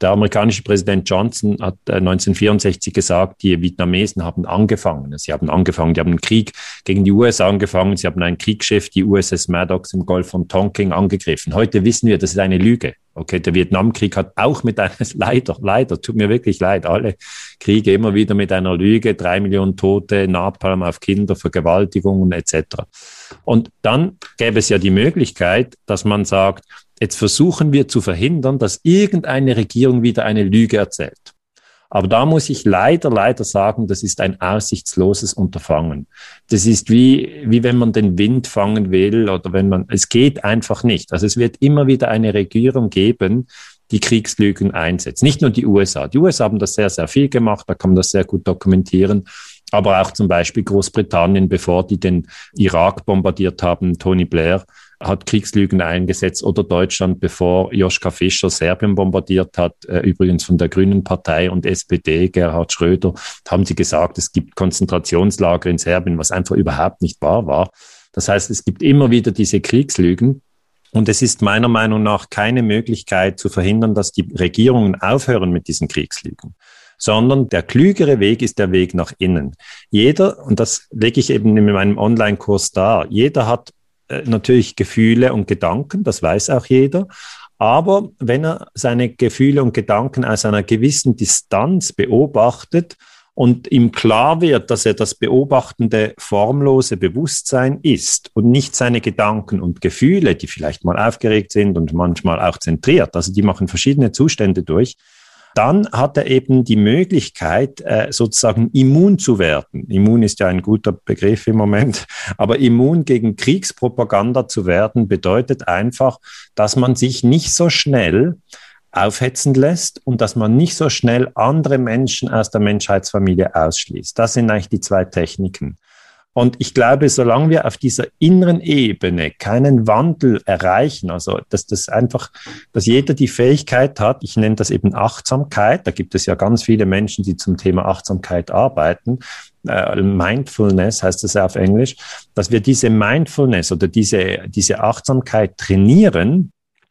Der amerikanische Präsident Johnson hat neunzehnhundertvierundsechzig gesagt, die Vietnamesen haben angefangen. Sie haben angefangen, die haben einen Krieg gegen die U S A angefangen. Sie haben ein Kriegsschiff, die U S S Maddox im Golf von Tonkin, angegriffen. Heute wissen wir, das ist eine Lüge. Okay, der Vietnamkrieg hat auch mit einer, leider, leider, tut mir wirklich leid, alle Kriege immer wieder mit einer Lüge, drei Millionen Tote, Napalm auf Kinder, Vergewaltigungen et cetera. Und dann gäbe es ja die Möglichkeit, dass man sagt, jetzt versuchen wir zu verhindern, dass irgendeine Regierung wieder eine Lüge erzählt. Aber da muss ich leider, leider sagen, das ist ein aussichtsloses Unterfangen. Das ist wie, wie wenn man den Wind fangen will oder wenn man, es geht einfach nicht. Also es wird immer wieder eine Regierung geben, die Kriegslügen einsetzt. Nicht nur die U S A. Die U S A haben das sehr, sehr viel gemacht, da kann man das sehr gut dokumentieren. Aber auch zum Beispiel Großbritannien, bevor die den Irak bombardiert haben, Tony Blair hat Kriegslügen eingesetzt, oder Deutschland, bevor Joschka Fischer Serbien bombardiert hat, äh, übrigens von der Grünen Partei und S P D, Gerhard Schröder, haben sie gesagt, es gibt Konzentrationslager in Serbien, was einfach überhaupt nicht wahr war. Das heißt, es gibt immer wieder diese Kriegslügen. Und es ist meiner Meinung nach keine Möglichkeit zu verhindern, dass die Regierungen aufhören mit diesen Kriegslügen, sondern der klügere Weg ist der Weg nach innen. Jeder, und das lege ich eben in meinem Online-Kurs dar, jeder hat natürlich Gefühle und Gedanken, das weiß auch jeder. Aber wenn er seine Gefühle und Gedanken aus einer gewissen Distanz beobachtet und ihm klar wird, dass er das beobachtende, formlose Bewusstsein ist und nicht seine Gedanken und Gefühle, die vielleicht mal aufgeregt sind und manchmal auch zentriert, also die machen verschiedene Zustände durch, dann hat er eben die Möglichkeit, äh, sozusagen immun zu werden. Immun ist ja ein guter Begriff im Moment, aber immun gegen Kriegspropaganda zu werden, bedeutet einfach, dass man sich nicht so schnell aufhetzen lässt und dass man nicht so schnell andere Menschen aus der Menschheitsfamilie ausschließt. Das sind eigentlich die zwei Techniken. Und ich glaube, solange wir auf dieser inneren Ebene keinen Wandel erreichen, also dass das einfach, dass jeder die Fähigkeit hat, ich nenne das eben Achtsamkeit, da gibt es ja ganz viele Menschen, die zum Thema Achtsamkeit arbeiten, äh, Mindfulness heißt das auf Englisch, dass wir diese Mindfulness oder diese, diese Achtsamkeit trainieren.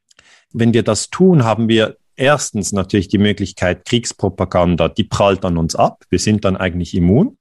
Wenn wir das tun, haben wir erstens natürlich die Möglichkeit, Kriegspropaganda, die prallt an uns ab, wir sind dann eigentlich immun.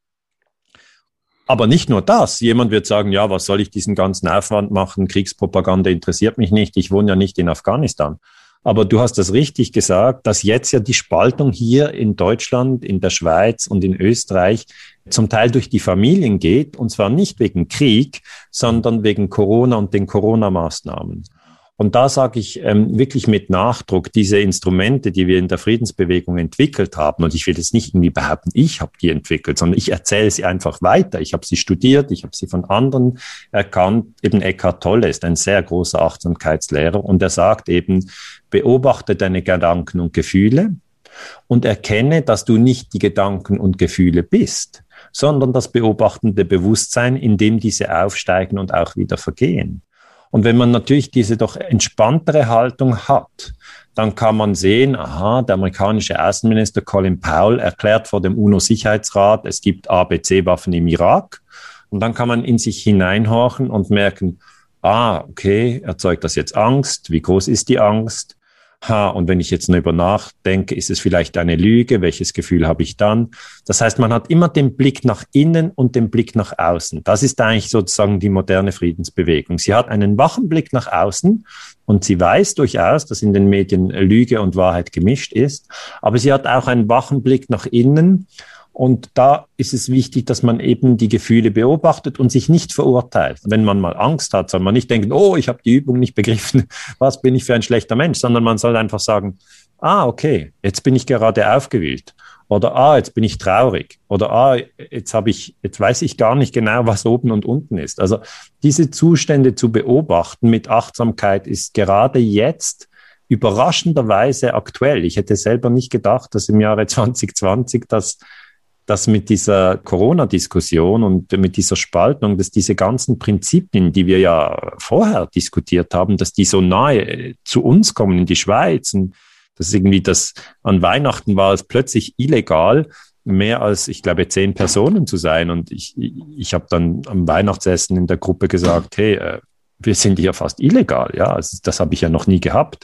Aber nicht nur das. Jemand wird sagen, ja, was soll ich diesen ganzen Aufwand machen? Kriegspropaganda interessiert mich nicht. Ich wohne ja nicht in Afghanistan. Aber du hast das richtig gesagt, dass jetzt ja die Spaltung hier in Deutschland, in der Schweiz und in Österreich zum Teil durch die Familien geht. Und zwar nicht wegen Krieg, sondern wegen Corona und den Corona-Maßnahmen. Und da sage ich ähm, wirklich mit Nachdruck, diese Instrumente, die wir in der Friedensbewegung entwickelt haben, und ich will jetzt nicht irgendwie behaupten, ich habe die entwickelt, sondern ich erzähle sie einfach weiter. Ich habe sie studiert, ich habe sie von anderen erkannt. Eben Eckhart Tolle ist ein sehr großer Achtsamkeitslehrer und er sagt eben, beobachte deine Gedanken und Gefühle und erkenne, dass du nicht die Gedanken und Gefühle bist, sondern das beobachtende Bewusstsein, in dem diese aufsteigen und auch wieder vergehen. Und wenn man natürlich diese doch entspanntere Haltung hat, dann kann man sehen, aha, der amerikanische Außenminister Colin Powell erklärt vor dem UNO-Sicherheitsrat, es gibt A B C-Waffen im Irak. Und dann kann man in sich hineinhorchen und merken, ah, okay, erzeugt das jetzt Angst? Wie groß ist die Angst? Ha, und wenn ich jetzt nur über nachdenke, ist es vielleicht eine Lüge? Welches Gefühl habe ich dann? Das heißt, man hat immer den Blick nach innen und den Blick nach außen. Das ist eigentlich sozusagen die moderne Friedensbewegung. Sie hat einen wachen Blick nach außen und sie weiß durchaus, dass in den Medien Lüge und Wahrheit gemischt ist. Aber sie hat auch einen wachen Blick nach innen. Und da ist es wichtig, dass man eben die Gefühle beobachtet und sich nicht verurteilt. Wenn man mal Angst hat, soll man nicht denken, oh, ich habe die Übung nicht begriffen, was bin ich für ein schlechter Mensch, sondern man soll einfach sagen, ah, okay, jetzt bin ich gerade aufgewühlt oder ah, jetzt bin ich traurig oder ah, jetzt habe ich, jetzt weiß ich gar nicht genau, was oben und unten ist. Also diese Zustände zu beobachten mit Achtsamkeit ist gerade jetzt überraschenderweise aktuell. Ich hätte selber nicht gedacht, dass im Jahre zwanzig zwanzig das dass mit dieser Corona-Diskussion und mit dieser Spaltung, dass diese ganzen Prinzipien, die wir ja vorher diskutiert haben, dass die so nahe zu uns kommen in die Schweiz. Und das ist irgendwie das, an Weihnachten war es plötzlich illegal, mehr als, ich glaube, zehn Personen zu sein. Und ich, ich habe dann am Weihnachtsessen in der Gruppe gesagt, hey, wir sind hier fast illegal. Ja, also das habe ich ja noch nie gehabt.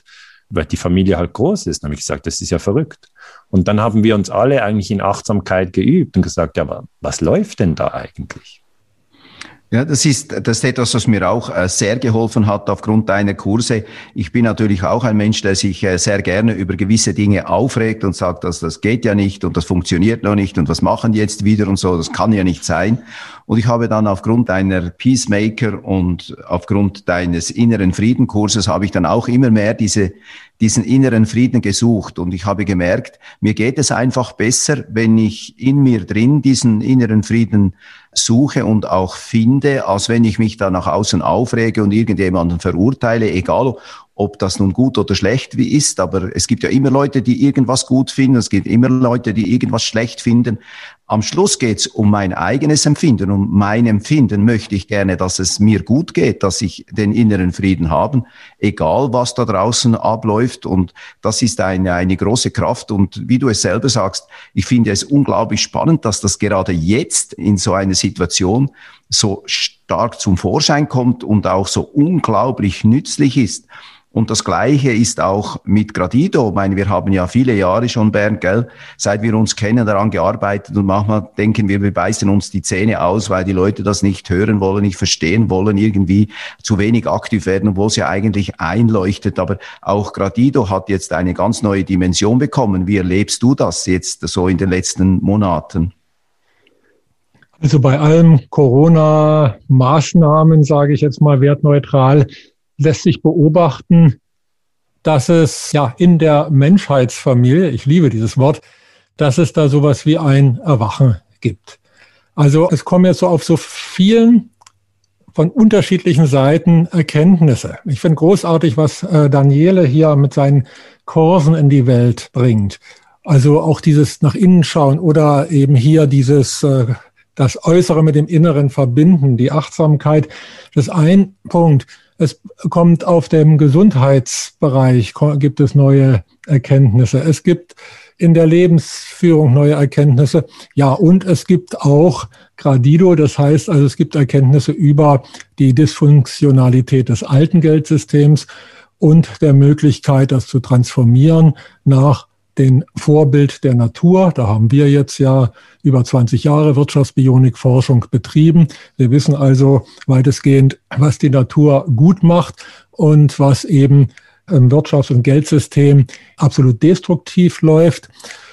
weil die Familie halt groß ist. Dann habe ich gesagt, das ist ja verrückt. Und dann haben wir uns alle eigentlich in Achtsamkeit geübt und gesagt, ja, aber was läuft denn da eigentlich? Ja, das ist, das ist etwas, was mir auch äh, sehr geholfen hat aufgrund deiner Kurse. Ich bin natürlich auch ein Mensch, der sich äh, sehr gerne über gewisse Dinge aufregt und sagt, dass das geht ja nicht und das funktioniert noch nicht und was machen die jetzt wieder und so, das kann ja nicht sein. Und ich habe dann aufgrund deiner Peacemaker und aufgrund deines inneren Friedenkurses habe ich dann auch immer mehr diese diesen inneren Frieden gesucht. Und ich habe gemerkt, mir geht es einfach besser, wenn ich in mir drin diesen inneren Frieden suche und auch finde, als wenn ich mich da nach außen aufrege und irgendjemanden verurteile, egal ob das nun gut oder schlecht ist. Aber es gibt ja immer Leute, die irgendwas gut finden, es gibt immer Leute, die irgendwas schlecht finden. Am Schluss geht es um mein eigenes Empfinden. Um mein Empfinden möchte ich gerne, dass es mir gut geht, dass ich den inneren Frieden habe, egal was da draußen abläuft. Und das ist eine, eine große Kraft. Und wie du es selber sagst, ich finde es unglaublich spannend, dass das gerade jetzt in so einer Situation so stark zum Vorschein kommt und auch so unglaublich nützlich ist. Und das Gleiche ist auch mit Gradido. Ich meine, wir haben ja viele Jahre schon, Bernd, gell, seit wir uns kennen, daran gearbeitet und manchmal denken wir, wir beißen uns die Zähne aus, weil die Leute das nicht hören wollen, nicht verstehen wollen, irgendwie zu wenig aktiv werden, obwohl es ja eigentlich einleuchtet. Aber auch Gradido hat jetzt eine ganz neue Dimension bekommen. Wie erlebst du das jetzt so in den letzten Monaten? Also bei allen Corona-Maßnahmen, sage ich jetzt mal wertneutral, lässt sich beobachten, dass es ja in der Menschheitsfamilie, ich liebe dieses Wort, dass es da sowas wie ein Erwachen gibt. Also es kommen jetzt so auf so vielen von unterschiedlichen Seiten Erkenntnisse. Ich finde großartig, was äh, Daniele hier mit seinen Kursen in die Welt bringt. Also auch dieses nach innen schauen oder eben hier dieses äh, das Äußere mit dem Inneren verbinden, die Achtsamkeit. Das ist ein Punkt. Es kommt auf dem Gesundheitsbereich, gibt es neue Erkenntnisse. Es gibt in der Lebensführung neue Erkenntnisse. Ja, und es gibt auch Gradido, das heißt also, es gibt Erkenntnisse über die Dysfunktionalität des alten Geldsystems und der Möglichkeit, das zu transformieren nach den Vorbild der Natur. Da haben wir jetzt ja über zwanzig Jahre Wirtschaftsbionik-Forschung betrieben. Wir wissen also weitestgehend, was die Natur gut macht und was eben im Wirtschafts- und Geldsystem absolut destruktiv läuft.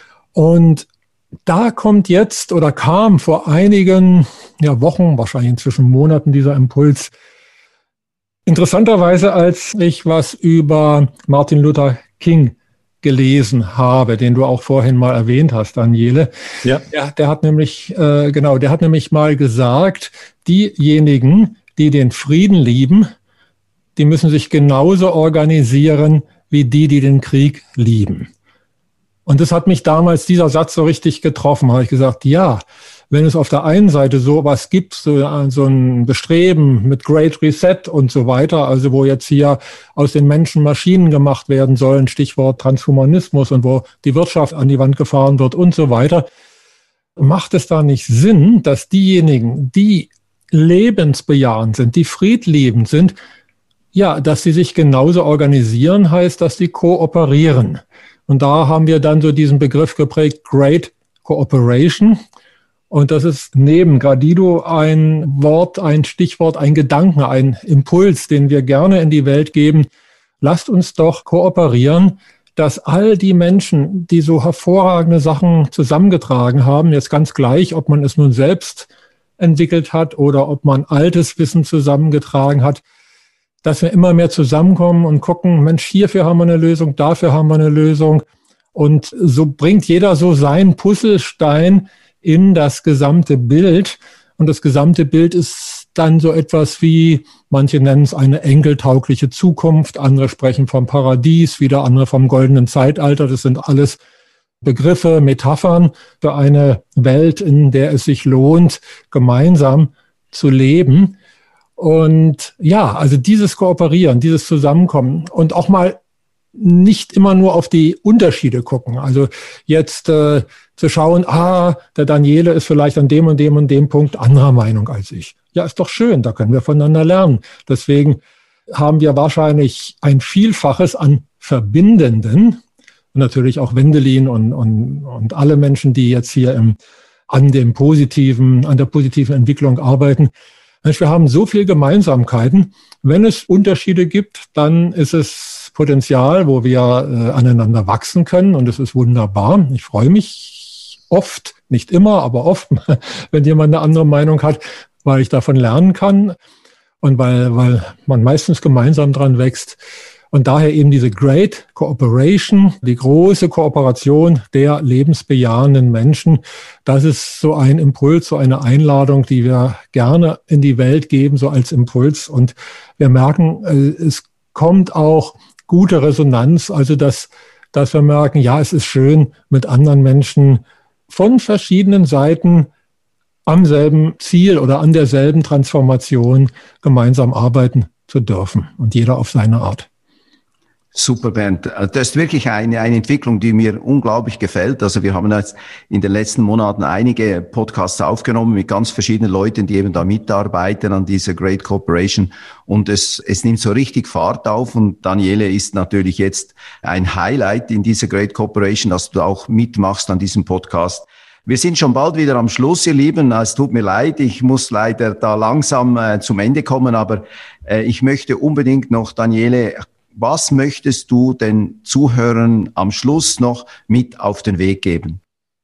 Und da kommt jetzt oder kam vor einigen ja, Wochen, wahrscheinlich inzwischen Monaten, dieser Impuls. Interessanterweise, als ich was über Martin Luther King gelesen habe, den du auch vorhin mal erwähnt hast, Daniele. Ja. Der, der hat nämlich, äh, genau, der hat nämlich mal gesagt, diejenigen, die den Frieden lieben, die müssen sich genauso organisieren wie die, die den Krieg lieben. Und das hat mich damals, dieser Satz so richtig getroffen, habe ich gesagt, ja, wenn es auf der einen Seite sowas gibt, so, so ein Bestreben mit Great Reset und so weiter, also wo jetzt hier aus den Menschen Maschinen gemacht werden sollen, Stichwort Transhumanismus und wo die Wirtschaft an die Wand gefahren wird und so weiter, macht es da nicht Sinn, dass diejenigen, die lebensbejahend sind, die friedliebend sind, ja, dass sie sich genauso organisieren, heißt, dass sie kooperieren. Und da haben wir dann so diesen Begriff geprägt, Great Cooperation. Und das ist neben Gradido ein Wort, ein Stichwort, ein Gedanken, ein Impuls, den wir gerne in die Welt geben. Lasst uns doch kooperieren, dass all die Menschen, die so hervorragende Sachen zusammengetragen haben, jetzt ganz gleich, ob man es nun selbst entwickelt hat oder ob man altes Wissen zusammengetragen hat, dass wir immer mehr zusammenkommen und gucken, Mensch, hierfür haben wir eine Lösung, dafür haben wir eine Lösung. Und so bringt jeder so seinen Puzzlestein in das gesamte Bild. Und das gesamte Bild ist dann so etwas wie, manche nennen es eine enkeltaugliche Zukunft, andere sprechen vom Paradies, wieder andere vom goldenen Zeitalter. Das sind alles Begriffe, Metaphern für eine Welt, in der es sich lohnt, gemeinsam zu leben. Und ja, also dieses Kooperieren, dieses Zusammenkommen und auch mal nicht immer nur auf die Unterschiede gucken. Also jetzt äh, zu schauen, ah, der Daniele ist vielleicht an dem und dem und dem Punkt anderer Meinung als ich. Ja, ist doch schön, da können wir voneinander lernen. Deswegen haben wir wahrscheinlich ein Vielfaches an Verbindenden. Und natürlich auch Wendelin und, und, und alle Menschen, die jetzt hier im, an dem positiven, an der positiven Entwicklung arbeiten. Wir haben so viele Gemeinsamkeiten. Wenn es Unterschiede gibt, dann ist es Potenzial, wo wir äh, aneinander wachsen können. Und es ist wunderbar. Ich freue mich oft, nicht immer, aber oft, wenn jemand eine andere Meinung hat, weil ich davon lernen kann und weil, weil man meistens gemeinsam dran wächst. Und daher eben diese Great Cooperation, die große Kooperation der lebensbejahenden Menschen. Das ist so ein Impuls, so eine Einladung, die wir gerne in die Welt geben, so als Impuls. Und wir merken, es kommt auch gute Resonanz, also dass, dass wir merken, ja, es ist schön, mit anderen Menschen von verschiedenen Seiten am selben Ziel oder an derselben Transformation gemeinsam arbeiten zu dürfen und jeder auf seine Art. Super, Bernd. Das ist wirklich eine, eine Entwicklung, die mir unglaublich gefällt. Also wir haben jetzt in den letzten Monaten einige Podcasts aufgenommen mit ganz verschiedenen Leuten, die eben da mitarbeiten an dieser Great Cooperation. Und es, es nimmt so richtig Fahrt auf. Und Daniele ist natürlich jetzt ein Highlight in dieser Great Cooperation, dass du auch mitmachst an diesem Podcast. Wir sind schon bald wieder am Schluss, ihr Lieben. Es tut mir leid, ich muss leider da langsam äh, zum Ende kommen, aber äh, ich möchte unbedingt noch, Daniele, was möchtest du den Zuhörern am Schluss noch mit auf den Weg geben?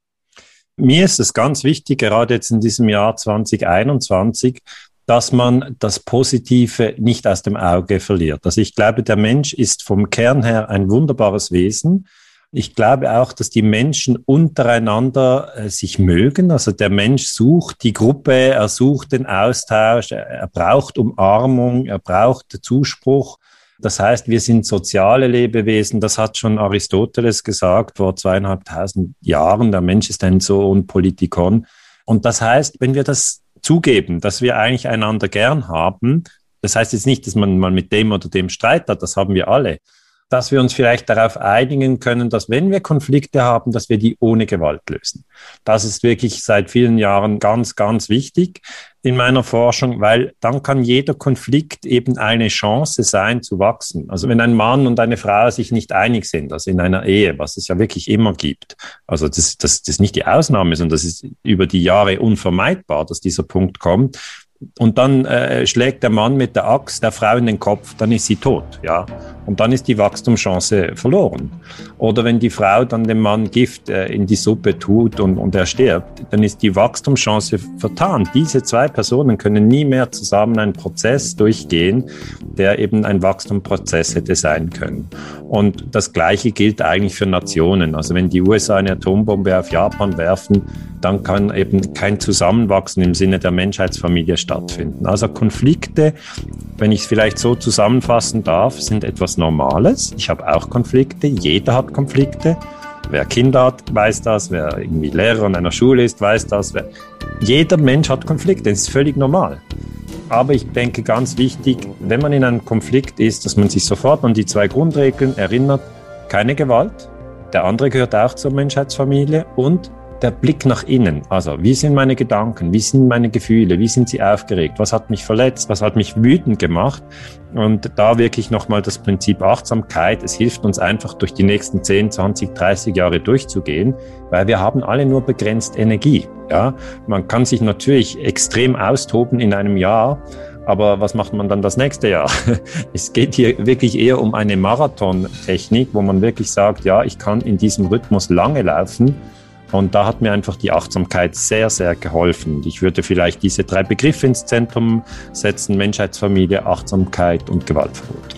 Mir ist es ganz wichtig, gerade jetzt in diesem Jahr zwanzig einundzwanzig, dass man das Positive nicht aus dem Auge verliert. Also ich glaube, der Mensch ist vom Kern her ein wunderbares Wesen. Ich glaube auch, dass die Menschen untereinander äh, sich mögen. Also der Mensch sucht die Gruppe, er sucht den Austausch, er, er braucht Umarmung, er braucht Zuspruch. Das heißt, wir sind soziale Lebewesen. Das hat schon Aristoteles gesagt vor zweieinhalbtausend Jahren. Der Mensch ist ein Zoon Politikon. Und das heißt, wenn wir das zugeben, dass wir eigentlich einander gern haben, das heißt jetzt nicht, dass man mal mit dem oder dem Streit hat, das haben wir alle, dass wir uns vielleicht darauf einigen können, dass wenn wir Konflikte haben, dass wir die ohne Gewalt lösen. Das ist wirklich seit vielen Jahren ganz, ganz wichtig in meiner Forschung, weil dann kann jeder Konflikt eben eine Chance sein, zu wachsen. Also wenn ein Mann und eine Frau sich nicht einig sind, also in einer Ehe, was es ja wirklich immer gibt, also das, das, das ist nicht die Ausnahme, sondern das ist über die Jahre unvermeidbar, dass dieser Punkt kommt. Und dann äh, schlägt der Mann mit der Axt der Frau in den Kopf, dann ist sie tot, ja. Und dann ist die Wachstumschance verloren. Oder wenn die Frau dann dem Mann Gift äh, in die Suppe tut und, und er stirbt, dann ist die Wachstumschance vertan. Diese zwei Personen können nie mehr zusammen einen Prozess durchgehen, der eben ein Wachstumsprozess hätte sein können. Und das Gleiche gilt eigentlich für Nationen. Also wenn die U S A eine Atombombe auf Japan werfen, dann kann eben kein Zusammenwachsen im Sinne der Menschheitsfamilie stattfinden. Also Konflikte, wenn ich es vielleicht so zusammenfassen darf, sind etwas Normales. Ich habe auch Konflikte, jeder hat Konflikte. Wer Kinder hat, weiß das, wer irgendwie Lehrer an einer Schule ist, weiß das. Wer... Jeder Mensch hat Konflikte, das ist völlig normal. Aber ich denke, ganz wichtig, wenn man in einem Konflikt ist, dass man sich sofort an die zwei Grundregeln erinnert. Keine Gewalt, der andere gehört auch zur Menschheitsfamilie und der Blick nach innen, also wie sind meine Gedanken, wie sind meine Gefühle, wie sind sie aufgeregt, was hat mich verletzt, was hat mich wütend gemacht und da wirklich nochmal das Prinzip Achtsamkeit, es hilft uns einfach durch die nächsten zehn, zwanzig, dreißig Jahre durchzugehen, weil wir haben alle nur begrenzt Energie. Ja, man kann sich natürlich extrem austoben in einem Jahr, aber was macht man dann das nächste Jahr? Es geht hier wirklich eher um eine Marathontechnik, wo man wirklich sagt, ja, ich kann in diesem Rhythmus lange laufen. Und da hat mir einfach die Achtsamkeit sehr, sehr geholfen. Ich würde vielleicht diese drei Begriffe ins Zentrum setzen: Menschheitsfamilie, Achtsamkeit und Gewaltverbot.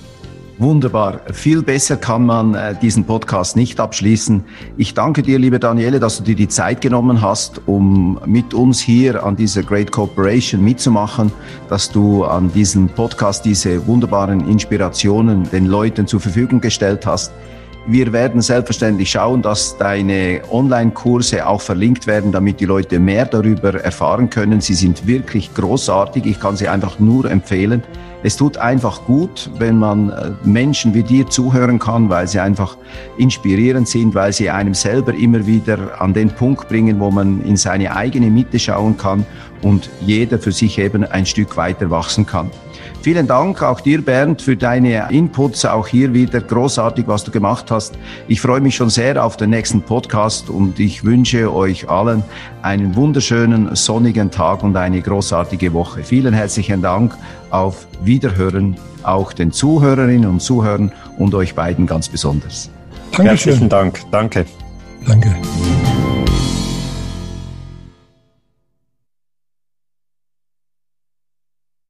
Wunderbar. Viel besser kann man äh, diesen Podcast nicht abschließen. Ich danke dir, liebe Daniele, dass du dir die Zeit genommen hast, um mit uns hier an dieser Great Cooperation mitzumachen, dass du an diesem Podcast diese wunderbaren Inspirationen den Leuten zur Verfügung gestellt hast. Wir werden selbstverständlich schauen, dass deine Online-Kurse auch verlinkt werden, damit die Leute mehr darüber erfahren können. Sie sind wirklich großartig. Ich kann sie einfach nur empfehlen. Es tut einfach gut, wenn man Menschen wie dir zuhören kann, weil sie einfach inspirierend sind, weil sie einem selber immer wieder an den Punkt bringen, wo man in seine eigene Mitte schauen kann und jeder für sich eben ein Stück weiter wachsen kann. Vielen Dank auch dir, Bernd, für deine Inputs. Auch hier wieder großartig, was du gemacht hast. Ich freue mich schon sehr auf den nächsten Podcast und ich wünsche euch allen einen wunderschönen, sonnigen Tag und eine großartige Woche. Vielen herzlichen Dank. Auf Wiederhören auch den Zuhörerinnen und Zuhörern und euch beiden ganz besonders. Dankeschön. Herzlichen Dank. Danke. Danke.